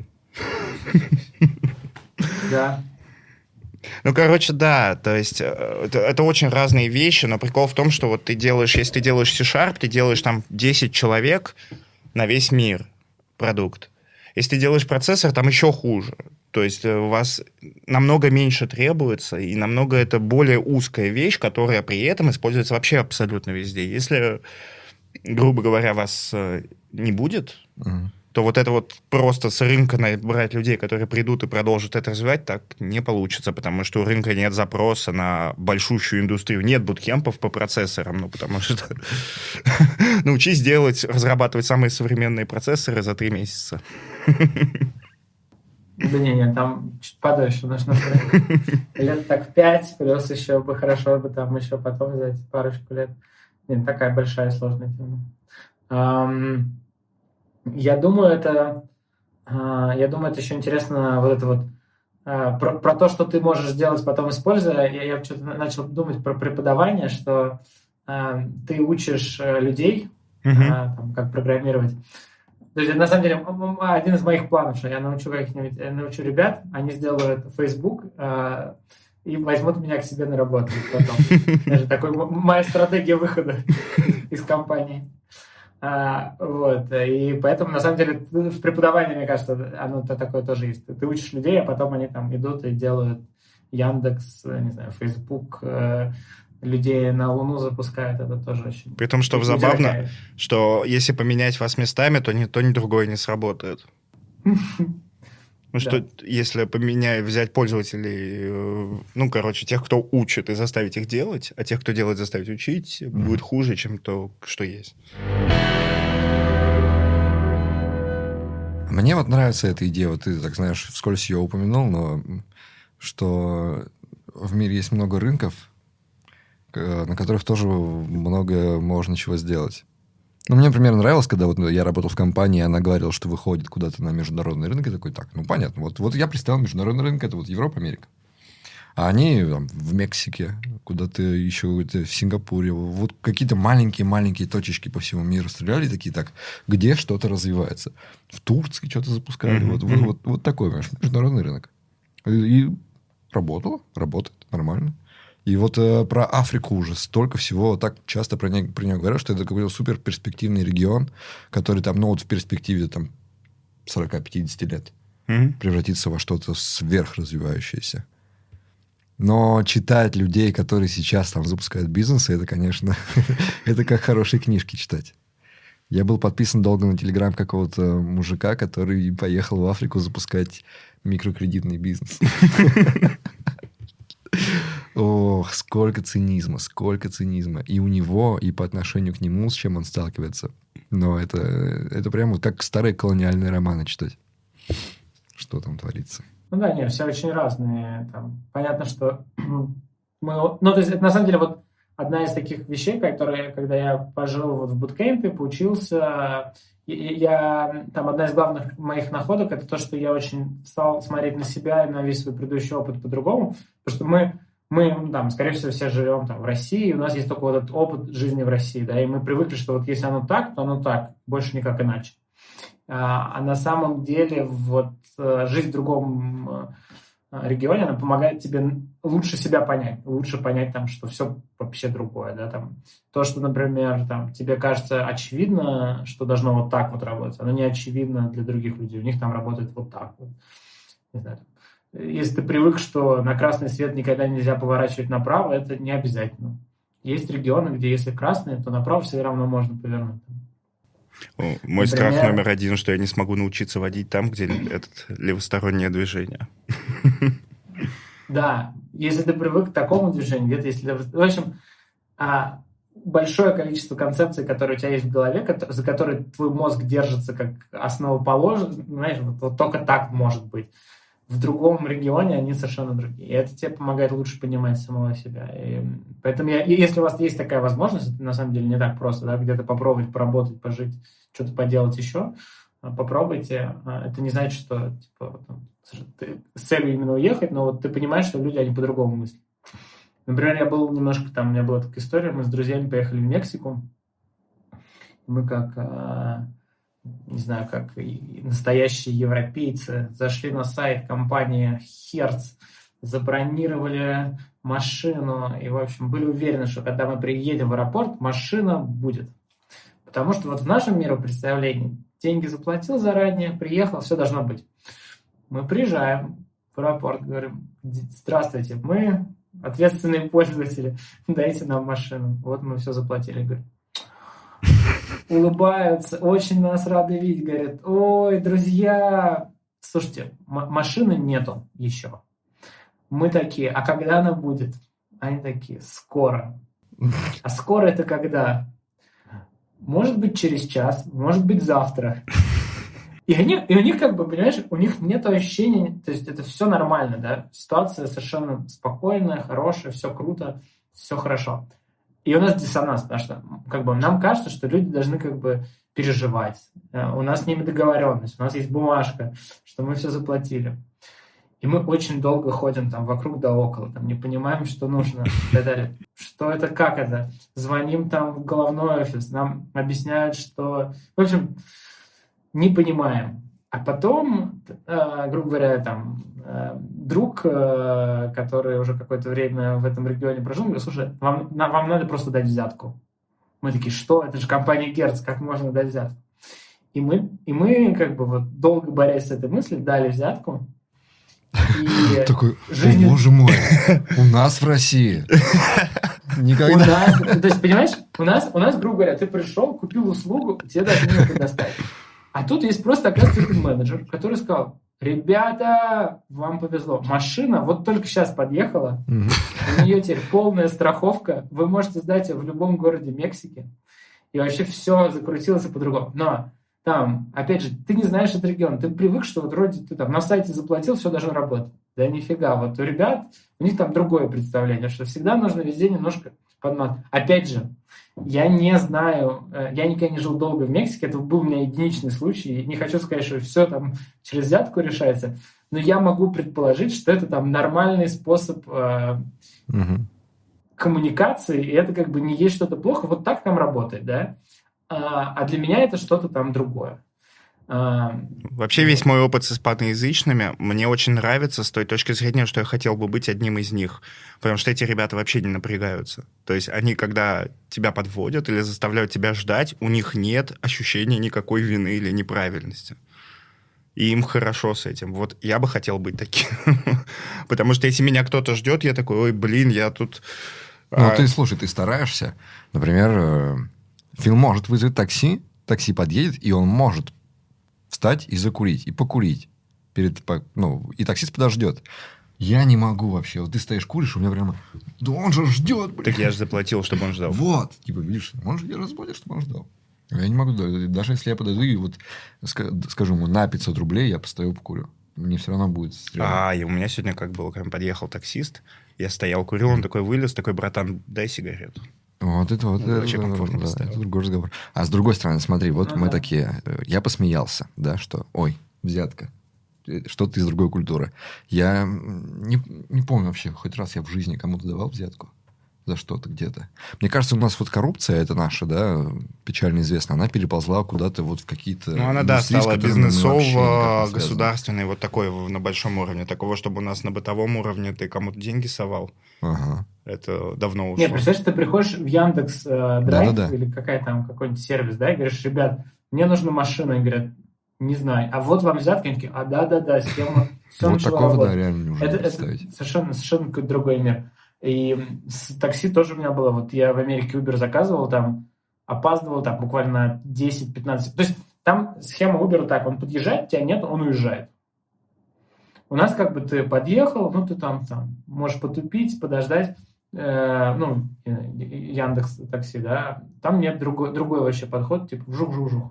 Да. Ну, короче, да, то есть это, это очень разные вещи, но прикол в том, что вот ты делаешь, если ты делаешь C-Sharp, ты делаешь там десять человек на весь мир продукт. Если ты делаешь процессор, там еще хуже. То есть у вас намного меньше требуется, и намного это более узкая вещь, которая при этом используется вообще абсолютно везде. Если, грубо говоря, вас не будет, uh-huh. то вот это вот просто с рынка набрать людей, которые придут и продолжат это развивать, так не получится, потому что у рынка нет запроса на большущую индустрию. Нет буткемпов по процессорам, ну, потому что научись делать, разрабатывать самые современные процессоры за три месяца. Да не, не, там чуть подольше нужно лет так пять, плюс еще бы хорошо бы там еще потом взять парочку лет. Не, такая большая сложная тема. Um, я думаю, это uh, я думаю, это еще интересно вот это вот uh, про, про то, что ты можешь сделать потом используя. Я, я что-то начал думать про преподавание, что uh, ты учишь людей, uh-huh. uh, там, как программировать. То есть, на самом деле, один из моих планов, что я научу каких-нибудь, я научу ребят, они сделают Facebook э, и возьмут меня к себе на работу потом. Это такой моя стратегия выхода из компании. А, вот. И поэтому, на самом деле, в преподавании, мне кажется, оно такое тоже есть. Ты учишь людей, а потом они там идут и делают Яндекс, не знаю, Facebook, э, людей на Луну запускают, это тоже очень... При том, что забавно, такая. Что если поменять вас местами, то ни то, ни другое не сработает. Ну, что если поменять, взять пользователей, ну, короче, тех, кто учит, и заставить их делать, а тех, кто делает, заставить учить, будет хуже, чем то, что есть. Мне вот нравится эта идея, вот ты, так знаешь, вскользь ее упомянул, но что в мире есть много рынков, на которых тоже много можно чего сделать. Ну, мне, например, нравилось, когда вот я работал в компании, и она говорила, что выходит куда-то на международный рынок, и такой, так, ну, понятно, вот, вот я представил международный рынок, это вот Европа, Америка. А они там, в Мексике, куда-то еще в Сингапуре, вот какие-то маленькие-маленькие точечки по всему миру стреляли, такие, так, где что-то развивается. В Турции что-то запускали, mm-hmm. вот, вот, вот, вот такой, понимаешь, международный рынок. И, и работало, работает нормально. И вот э, про Африку уже столько всего, так часто про нее, про нее говорят, что это какой-то супер перспективный регион, который там, ну, вот в перспективе там сорок-пятьдесят лет mm-hmm. превратится во что-то сверхразвивающееся. Но читать людей, которые сейчас там запускают бизнесы, это, конечно, это как хорошие книжки читать. Я был подписан долго на телеграм какого-то мужика, который поехал в Африку запускать микрокредитный бизнес. Ох, сколько цинизма, сколько цинизма. И у него, и по отношению к нему, с чем он сталкивается. Но это, это прямо как старые колониальные романы читать. Что там творится. Ну да, нет, все очень разные. Там, понятно, что мы... Ну, то есть, это на самом деле вот одна из таких вещей, которые, когда я пожил вот в буткемпе, поучился... Я, я, там одна из главных моих находок это то, что я очень стал смотреть на себя и на весь свой предыдущий опыт по-другому, потому что мы, мы там, скорее всего, все живем там в России, и у нас есть только вот этот опыт жизни в России, да, и мы привыкли, что вот если оно так, то оно так, больше никак иначе. А, а на самом деле вот жизнь в другом регионе, она помогает тебе лучше себя понять, лучше понять, там, что все вообще другое. Да? Там, то, что, например, там, тебе кажется очевидно, что должно вот так вот работать, оно не очевидно для других людей. У них там работает вот так вот. Не знаю. Если ты привык, что на красный свет никогда нельзя поворачивать направо, это не обязательно. Есть регионы, где если красный, то направо все равно можно повернуть. Мой Например, страх номер один, что я не смогу научиться водить там, где это левостороннее движение. Да, если ты привык к такому движению, где-то если... В общем, большое количество концепций, которые у тебя есть в голове, за которые твой мозг держится как основоположник, знаешь, вот, вот только так может быть. В другом регионе они совершенно другие. И это тебе помогает лучше понимать самого себя. И поэтому я, если у вас есть такая возможность, это на самом деле не так просто, да, где-то попробовать поработать, пожить, что-то поделать еще, попробуйте. Это не значит, что типа, ты с целью именно уехать, но вот ты понимаешь, что люди, они по-другому мыслят. Например, я был немножко там, у меня была такая история, мы с друзьями поехали в Мексику. Мы как... не знаю, как настоящие европейцы, зашли на сайт компании Hertz, забронировали машину и, в общем, были уверены, что когда мы приедем в аэропорт, машина будет. Потому что вот в нашем миропредставлении деньги заплатил заранее, приехал, все должно быть. Мы приезжаем в аэропорт, говорим: здравствуйте, мы ответственные пользователи, дайте нам машину. Вот мы все заплатили. Говорим, улыбаются, очень нас рады видеть, говорят: ой, друзья, слушайте, м- машины нету еще. Мы такие: а когда она будет? Они такие: скоро. А скоро это когда? Может быть, через час, может быть, завтра. И, они, и у них, как бы, понимаешь, у них нет ощущения, то есть это все нормально, да, ситуация совершенно спокойная, хорошая, все круто, все хорошо. И у нас диссонанс, потому что как бы, нам кажется, что люди должны как бы переживать. У нас с ними договоренность, у нас есть бумажка, что мы все заплатили. И мы очень долго ходим там вокруг да около, там, не понимаем, что нужно и так далее. Что это, как это? Звоним там в головной офис, нам объясняют, что... В общем, не понимаем. А потом, э, грубо говоря, там, э, друг, э, который уже какое-то время в этом регионе прожил, говорит: слушай, вам, на, вам надо просто дать взятку. Мы такие: что? Это же компания Hertz, как можно дать взятку? И мы, и мы как бы вот долго борясь с этой мыслью, дали взятку. И такой: жизнь... о, боже мой, у нас в России. Никогда. У нас, то есть, понимаешь, у нас, у нас, грубо говоря, ты пришел, купил услугу, тебе даже не предоставить. А тут есть просто, оказывается, менеджер, который сказал: ребята, вам повезло. Машина вот только сейчас подъехала, mm-hmm. у нее теперь полная страховка, вы можете сдать ее в любом городе Мексики, и вообще все закрутилось по-другому. Но там, опять же, ты не знаешь этот регион, ты привык, что вот вроде ты там на сайте заплатил, все должно работать. Да нифига, вот у ребят, у них там другое представление, что всегда нужно везде немножко подмат. Опять же, я не знаю, я никогда не жил долго в Мексике, это был у меня единичный случай, не хочу сказать, что все там через взятку решается, но я могу предположить, что это там нормальный способ э, угу. коммуникации, и это как бы не есть что-то плохо, вот так там работает, да, а, а для меня это что-то там другое. Вообще весь мой опыт с испаноязычными мне очень нравится с той точки зрения, что я хотел бы быть одним из них, потому что эти ребята вообще не напрягаются. То есть они, когда тебя подводят или заставляют тебя ждать, у них нет ощущения никакой вины или неправильности. И им хорошо с этим. Вот я бы хотел быть таким. Потому что если меня кто-то ждет, я такой: ой, блин, я тут... Ну, ты, слушай, ты стараешься. Например, Фил может вызвать такси, такси подъедет, и он может встать и закурить, и покурить. Перед, ну, и таксист подождет. Я не могу вообще. Вот ты стоишь, куришь, у меня прямо... Да он же ждет, блин. Так я же заплатил, чтобы он ждал. Вот. Типа, видишь, он же разбудит, чтобы он ждал. Я не могу, даже если я подойду и вот скажу ему на пятьсот рублей, я постою, покурю. Мне все равно будет стрёмно. А, и у меня сегодня как было, когда подъехал таксист, я стоял, курил, он такой вылез, такой, братан, дай сигарету. Вот это вот, ну, это, комфортно да, это другой разговор. А с другой стороны, смотри, вот ну, мы да. такие, я посмеялся, да, что, ой, взятка, что ты из другой культуры. Я не, не помню вообще, хоть раз я в жизни кому-то давал взятку за что-то где-то. Мне кажется, у нас вот коррупция, это наша, да, печально известная, она переползла куда-то вот в какие-то... Ну, она, да, стала бизнесово-государственной, вот такой на большом уровне. Такого, чтобы у нас на бытовом уровне ты кому-то деньги совал. Ага. Это давно ушло. Не, представляешь, ты приходишь в Яндекс э, Драйв да, да, или какая там, какой-нибудь сервис, да, и говоришь, ребят, мне нужна машина, и говорят, не знаю, а вот вам взятка, они такие, а да-да-да, схема, все вот такого, да, реально не нужно это, это совершенно, совершенно какой-то другой мир. И с такси тоже у меня было. Вот я в Америке Uber заказывал, там опаздывал там буквально десять-пятнадцать. То есть там схема Uber так, он подъезжает, тебя нет, он уезжает. У нас как бы ты подъехал, ну ты там, там можешь потупить, подождать, э, ну, Яндекс такси, да. Там нет другой, другой вообще подход, типа вжух-вжух-вжух.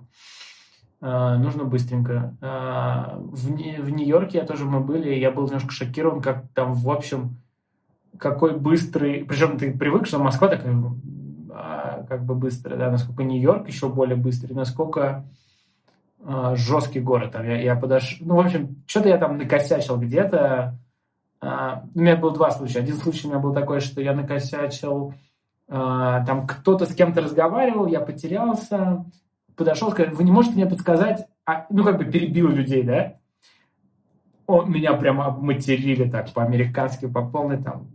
Э, нужно быстренько. Э, в, в Нью-Йорке я тоже мы были, и я был немножко шокирован, как там в общем... какой быстрый... Причем ты привык, что Москва такая а, как бы быстрая, да, насколько Нью-Йорк еще более быстрый, насколько а, жесткий город. Там я, я подошел... Ну, в общем, что-то я там накосячил где-то. А, у меня было два случая. Один случай у меня был такой, что я накосячил... А, там кто-то с кем-то разговаривал, я потерялся, подошел, сказал, вы не можете мне подсказать... А, ну, как бы перебил людей, да? О, меня прямо обматерили так по-американски, по полной там...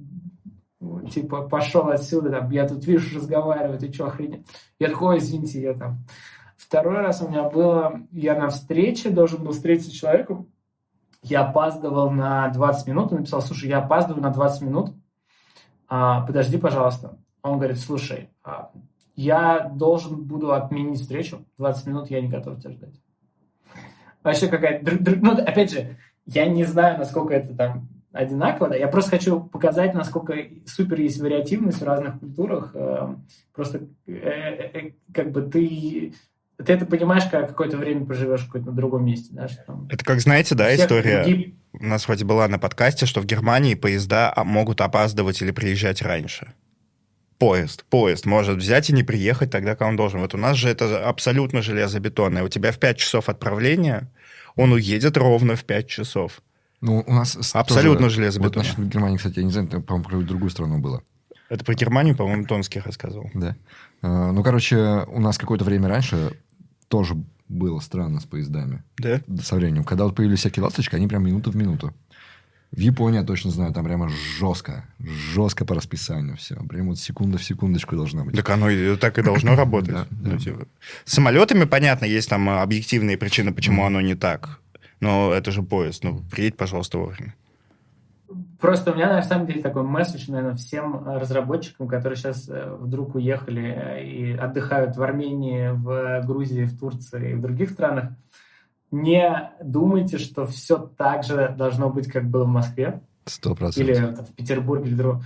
Типа, пошел отсюда, там, я тут, видишь, разговариваю, ты что, охренеть? Я такой, извините, я там... Второй раз у меня было, я на встрече должен был встретиться с человеком, я опаздывал на двадцать минут, он написал, слушай, я опаздываю на двадцать минут, а, подожди, пожалуйста. Он говорит, слушай, а, я должен буду отменить встречу, двадцать минут я не готов тебя ждать. Вообще какая-то... Ну, опять же, я не знаю, насколько это там... одинаково, да. Я просто хочу показать, насколько супер есть вариативность в разных культурах. Просто как бы ты, ты это понимаешь, когда какое-то время проживешь в каком-то другом месте. Да, что там это как, знаете, да, история... Другие... У нас вроде была на подкасте, что в Германии поезда могут опаздывать или приезжать раньше. Поезд, поезд может взять и не приехать тогда, когда он должен. Вот у нас же это абсолютно железобетонное. У тебя в пять часов отправления, он уедет ровно в пять часов. Ну, у нас абсолютно тоже, железобетонно. Вот насчет Германии, кстати, я не знаю, это, по-моему, про другую страну было. Это про Германию, по-моему, Тонский рассказывал. Да. А, ну, короче, у нас какое-то время раньше тоже было странно с поездами. Да? Со временем. Когда вот появились всякие ласточки, они прям минута в минуту. В Японии, я точно знаю, там прямо жестко. Жестко по расписанию все. Прям вот секунда в секундочку должна быть. Так оно и, так и должно работать. С самолетами, понятно, есть там объективные причины, почему оно не так. Но это же поезд. Ну, приедь, пожалуйста, вовремя. Просто у меня, на самом деле, такой месседж, наверное, всем разработчикам, которые сейчас вдруг уехали и отдыхают в Армении, в Грузии, в Турции и в других странах. Не думайте, что все так же должно быть, как было в Москве. Сто процентов. Или в Петербурге, или другом.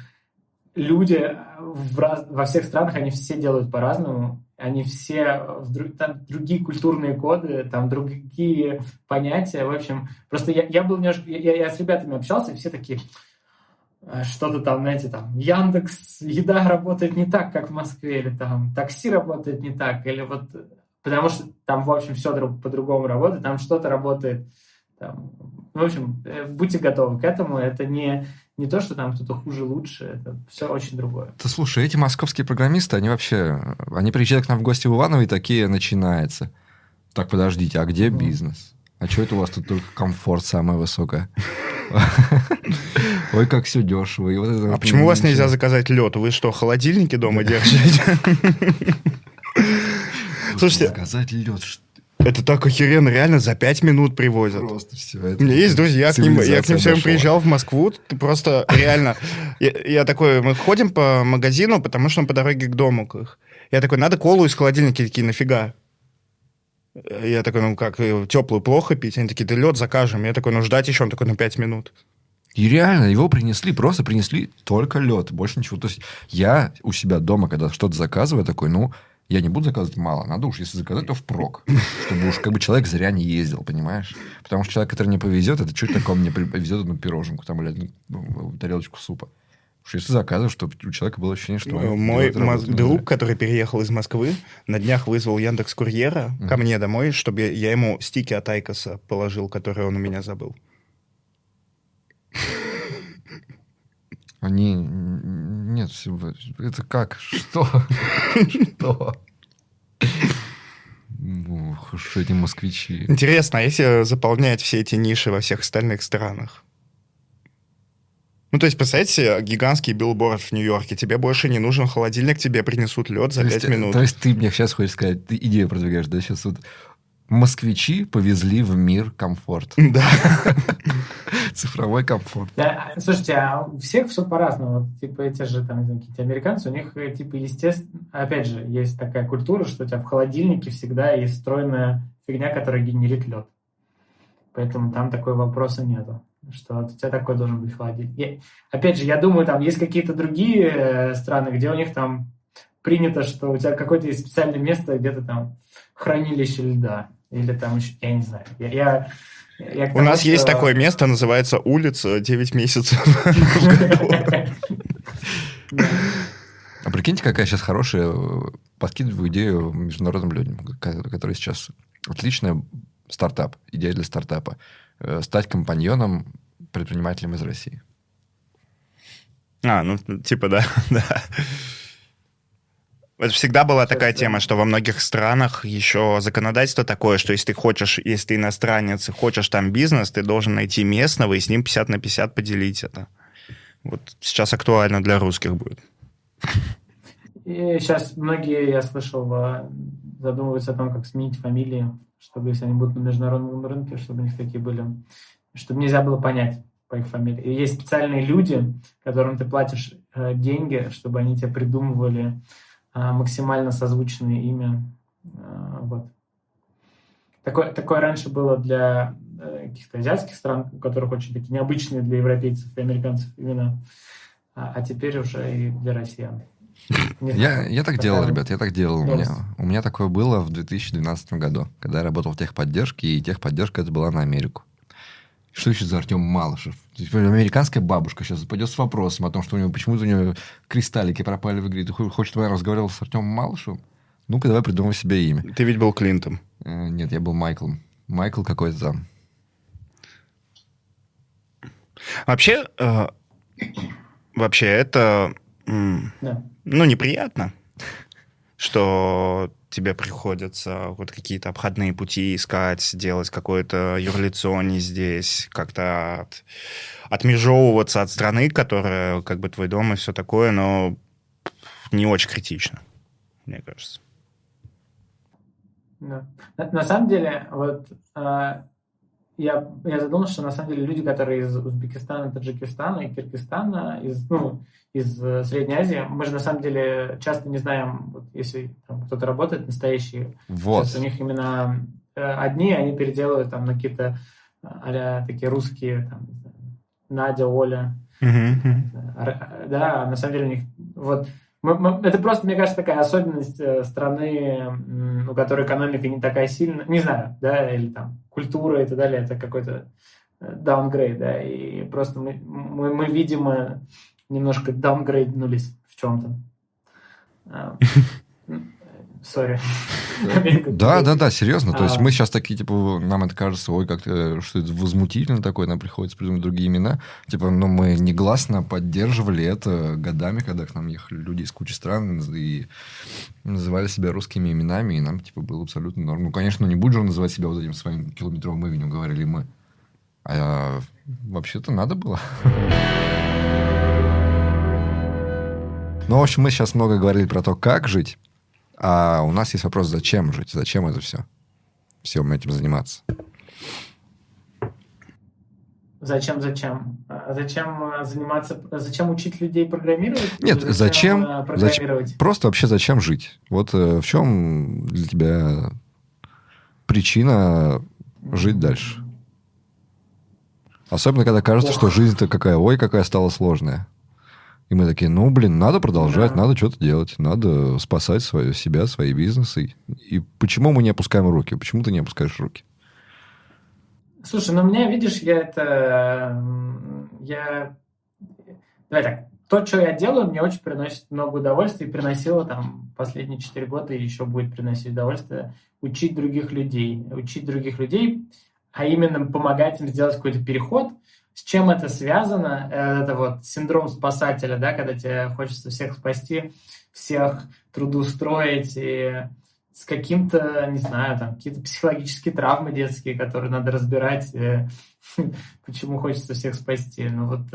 Люди в раз... во всех странах, они все делают по-разному. Они все... Там другие культурные коды, там другие понятия. В общем, просто я, я был немножко... Я, я с ребятами общался, и все такие... Что-то там, знаете, там... Яндекс, еда работает не так, как в Москве. Или там такси работает не так. Или вот... Потому что там, в общем, все друг, по-другому работает, там что-то работает. Там, в общем, будьте готовы к этому. Это не, не то, что там кто-то хуже, лучше. Это все очень другое. Да слушай, эти московские программисты, они вообще... Они приезжают к нам в гости в Иваново, и такие начинается. Так, подождите, а где mm. бизнес? А что это у вас тут только комфорт самое высокое? Ой, как все дешево. А почему у вас нельзя заказать лед? Вы что, холодильники дома держите? Слушайте, заказать лед. Это так охеренно, реально за пять минут привозят. Просто все. У меня есть друзья, к ним, я к ним все время приезжал в Москву, ты просто реально... Я, я такой, мы ходим по магазину, потому что он по дороге к дому. Я такой, надо колу из холодильника, такие, нафига? Я такой, ну как, теплую плохо пить? Они такие, да лед закажем. Я такой, ну ждать еще, он такой, ну пять минут. И реально его принесли, просто принесли только лед, больше ничего. То есть я у себя дома, когда что-то заказываю, такой, ну, я не буду заказывать мало. Надо уж, если заказать, то впрок. Чтобы уж как бы человек зря не ездил, понимаешь? Потому что человек, который не повезет, это чуть такое мне повезет одну пироженку, там, или ну, тарелочку супа. Потому что если заказываешь, чтобы у человека было ощущение, что... Мой маз- друг, который переехал из Москвы, на днях вызвал Яндекс.Курьера uh-huh. ко мне домой, чтобы я, я ему стики от Айкоса положил, которые он у меня забыл. Они... Нет, это как? Что? Что? Ух, что эти москвичи. Интересно, а если заполнять все эти ниши во всех остальных странах? Ну, то есть, представьте, гигантский билборд в Нью-Йорке. Тебе больше не нужен холодильник, тебе принесут лед за пять минут. То есть, ты мне сейчас хочешь сказать, ты идею продвигаешь, да? Сейчас вот москвичи повезли в мир комфорт. Да. Цифровой комфорт. Да, слушайте, а у всех все по-разному. Вот, типа, эти же там, какие-то американцы, у них, типа, естественно, опять же, есть такая культура, что у тебя в холодильнике всегда есть встроенная фигня, которая генерит лед. Поэтому там такой вопроса нету. Что вот у тебя такой должен быть холодильник. Я, опять же, я думаю, там есть какие-то другие э, страны, где у них там принято, что у тебя какое-то есть специальное место, где-то там хранилище льда. Или там еще, я не знаю. Я, я, я у тому, нас что... есть такое место, называется улица девять месяцев в году. А прикиньте, какая сейчас хорошая, подкидываю идею международным людям, которые сейчас отличная стартап, идея для стартапа. Стать компаньоном предпринимателем из России. А, ну, типа, да, да. Это всегда была такая тема, что во многих странах еще законодательство такое, что если ты хочешь, если ты иностранец и хочешь там бизнес, ты должен найти местного и с ним пятьдесят на пятьдесят поделить это. Вот сейчас актуально для русских будет. И сейчас многие, я слышал, задумываются о том, как сменить фамилии, чтобы, если они будут на международном рынке, чтобы у них такие были, чтобы нельзя было понять по их фамилии. И есть специальные люди, которым ты платишь э, деньги, чтобы они тебе придумывали э, максимально созвучное имя. Э, вот. Такое, такое раньше было для э, каких-то азиатских стран, у которых очень такие необычные для европейцев и американцев имена, а, а теперь уже и для россиян. Я, я так делал, ребят, я так делал. У меня, у меня такое было в две тысячи двенадцатом году, когда я работал в техподдержке, и техподдержка это была на Америку. Что еще за Артем Малышев? Американская бабушка сейчас пойдет с вопросом о том, что у него почему-то у него кристаллики пропали в игре. Ты хочешь, чтобы я разговаривал с Артемом Малышевым? Ну-ка, давай придумай себе имя. Ты ведь был Клинтом. Э, нет, я был Майклом. Майкл какой-то там. Вообще, э, вообще это... Да. Ну, неприятно, что тебе приходится вот какие-то обходные пути искать, делать какое-то юрлицо не здесь, как-то от, отмежевываться от страны, которая как бы твой дом и все такое, но не очень критично, мне кажется. Да. На, на самом деле, вот э, я, я задумался, что на самом деле люди, которые из Узбекистана, Таджикистана и Киргизстана, из, ну, из Средней Азии, мы же на самом деле часто не знаем, вот, если там кто-то работает, настоящие, вот. Сейчас у них именно э, одни, они переделывают там на какие-то а-ля такие русские, там, Надя, Оля. Mm-hmm. Да, на самом деле у них... Вот, мы, мы, это просто, мне кажется, такая особенность страны, у которой экономика не такая сильная, не знаю, да, или там культура и так далее, это какой-то даунгрейд, да, и просто мы, мы, мы видимо, немножко даунгрейднулись в чем-то. Сори. Да, да, да, серьезно. То есть мы сейчас такие, типа, нам это кажется, ой, как-то, что это возмутительно такое, нам приходится придумать другие имена. Типа, ну, мы негласно поддерживали это годами, когда к нам ехали люди из кучи стран и называли себя русскими именами, и нам, типа, было абсолютно норм. Ну, конечно, не будешь же называть себя вот этим своим километровым именем, говорили мы. А вообще-то надо было. Ну, в общем, мы сейчас много говорили про то, как жить. А у нас есть вопрос, зачем жить? Зачем это все? Всем этим заниматься? Зачем, зачем? А зачем заниматься, зачем учить людей программировать? Нет, зачем, зачем, зачем просто вообще зачем жить? Вот э, в чем для тебя причина жить дальше? Особенно, когда кажется, Ох. что жизнь-то какая, ой, какая стала сложная. И мы такие, ну, блин, надо продолжать, да. надо что-то делать, надо спасать свое, себя, свои бизнесы. И почему мы не опускаем руки? Почему ты не опускаешь руки? Слушай, ну, меня, видишь, я это... Я... Давай так. То, что я делаю, мне очень приносит много удовольствия и приносило там последние четыре года и еще будет приносить удовольствие учить других людей. Учить других людей, а именно помогать им сделать какой-то переход. С чем это связано? Это вот синдром спасателя, да, когда тебе хочется всех спасти, всех трудоустроить и с каким-то, не знаю, там, какие-то психологические травмы детские, которые надо разбирать, почему хочется всех спасти. Ну вот,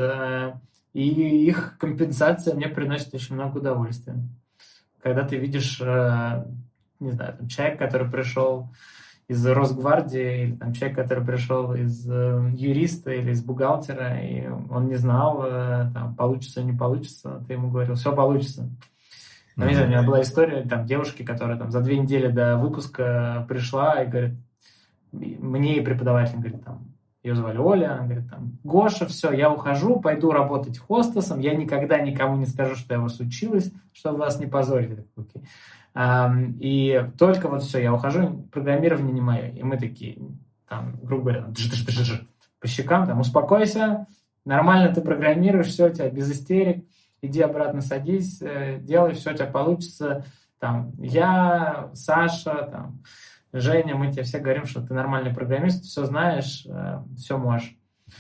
и их компенсация мне приносит очень много удовольствия. Когда ты видишь, не знаю, там, человек, который пришел из Росгвардии, или там человек, который пришел из э, юриста или из бухгалтера, и он не знал, э, там, получится или не получится, ты ему говорил, все получится. Mm-hmm. Не знаю, у меня была история там, девушки, которая там, за две недели до выпуска пришла и говорит, мне и преподаватель говорит, там, ее звали Оля, она говорит, там, Гоша, все, я ухожу, пойду работать хостесом, я никогда никому не скажу, что я вас училась, чтобы вас не позорить. Я такой, окей. Um, и только вот все, я ухожу, программирование не мое. И мы такие, там, грубо говоря, по щекам, там, успокойся, нормально ты программируешь, все, у тебя без истерик, иди обратно садись, делай, все у тебя получится. Там, я, Саша, там, Женя, мы тебе все говорим, что ты нормальный программист, все знаешь, все можешь.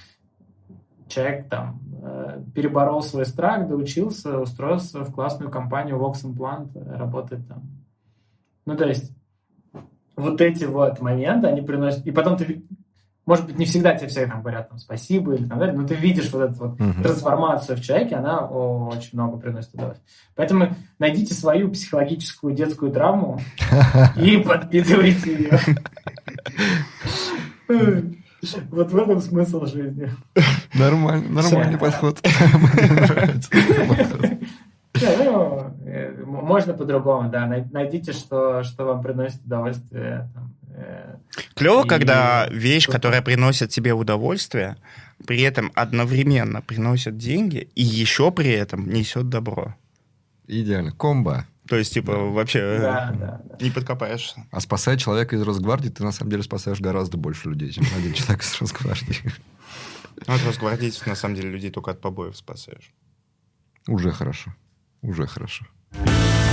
Человек там переборол свой страх, доучился, устроился в классную компанию Vox Implant, работает там. Ну, то есть, вот эти вот моменты, они приносят... И потом ты... Может быть, не всегда тебе все там говорят там, спасибо или так далее, но ты видишь вот эту вот uh-huh. трансформацию в человеке, она о, очень много приносит удовольствия. Поэтому найдите свою психологическую детскую травму и подпитывайте ее. Вот в этом смысл жизни. Нормальный, нормальный подход. Можно по-другому, да. Найдите, что, что вам приносит удовольствие. Клево, и... когда вещь, которая приносит тебе удовольствие, при этом одновременно приносит деньги и еще при этом несет добро. Идеально. Комбо. То есть, типа, да. вообще да, да, да. не подкопаешься. А спасая человека из Росгвардии, ты на самом деле спасаешь гораздо больше людей, чем один человек из Росгвардии. Ну, от росгвардейцев, на самом деле, людей только от побоев спасаешь. Уже хорошо. Уже хорошо.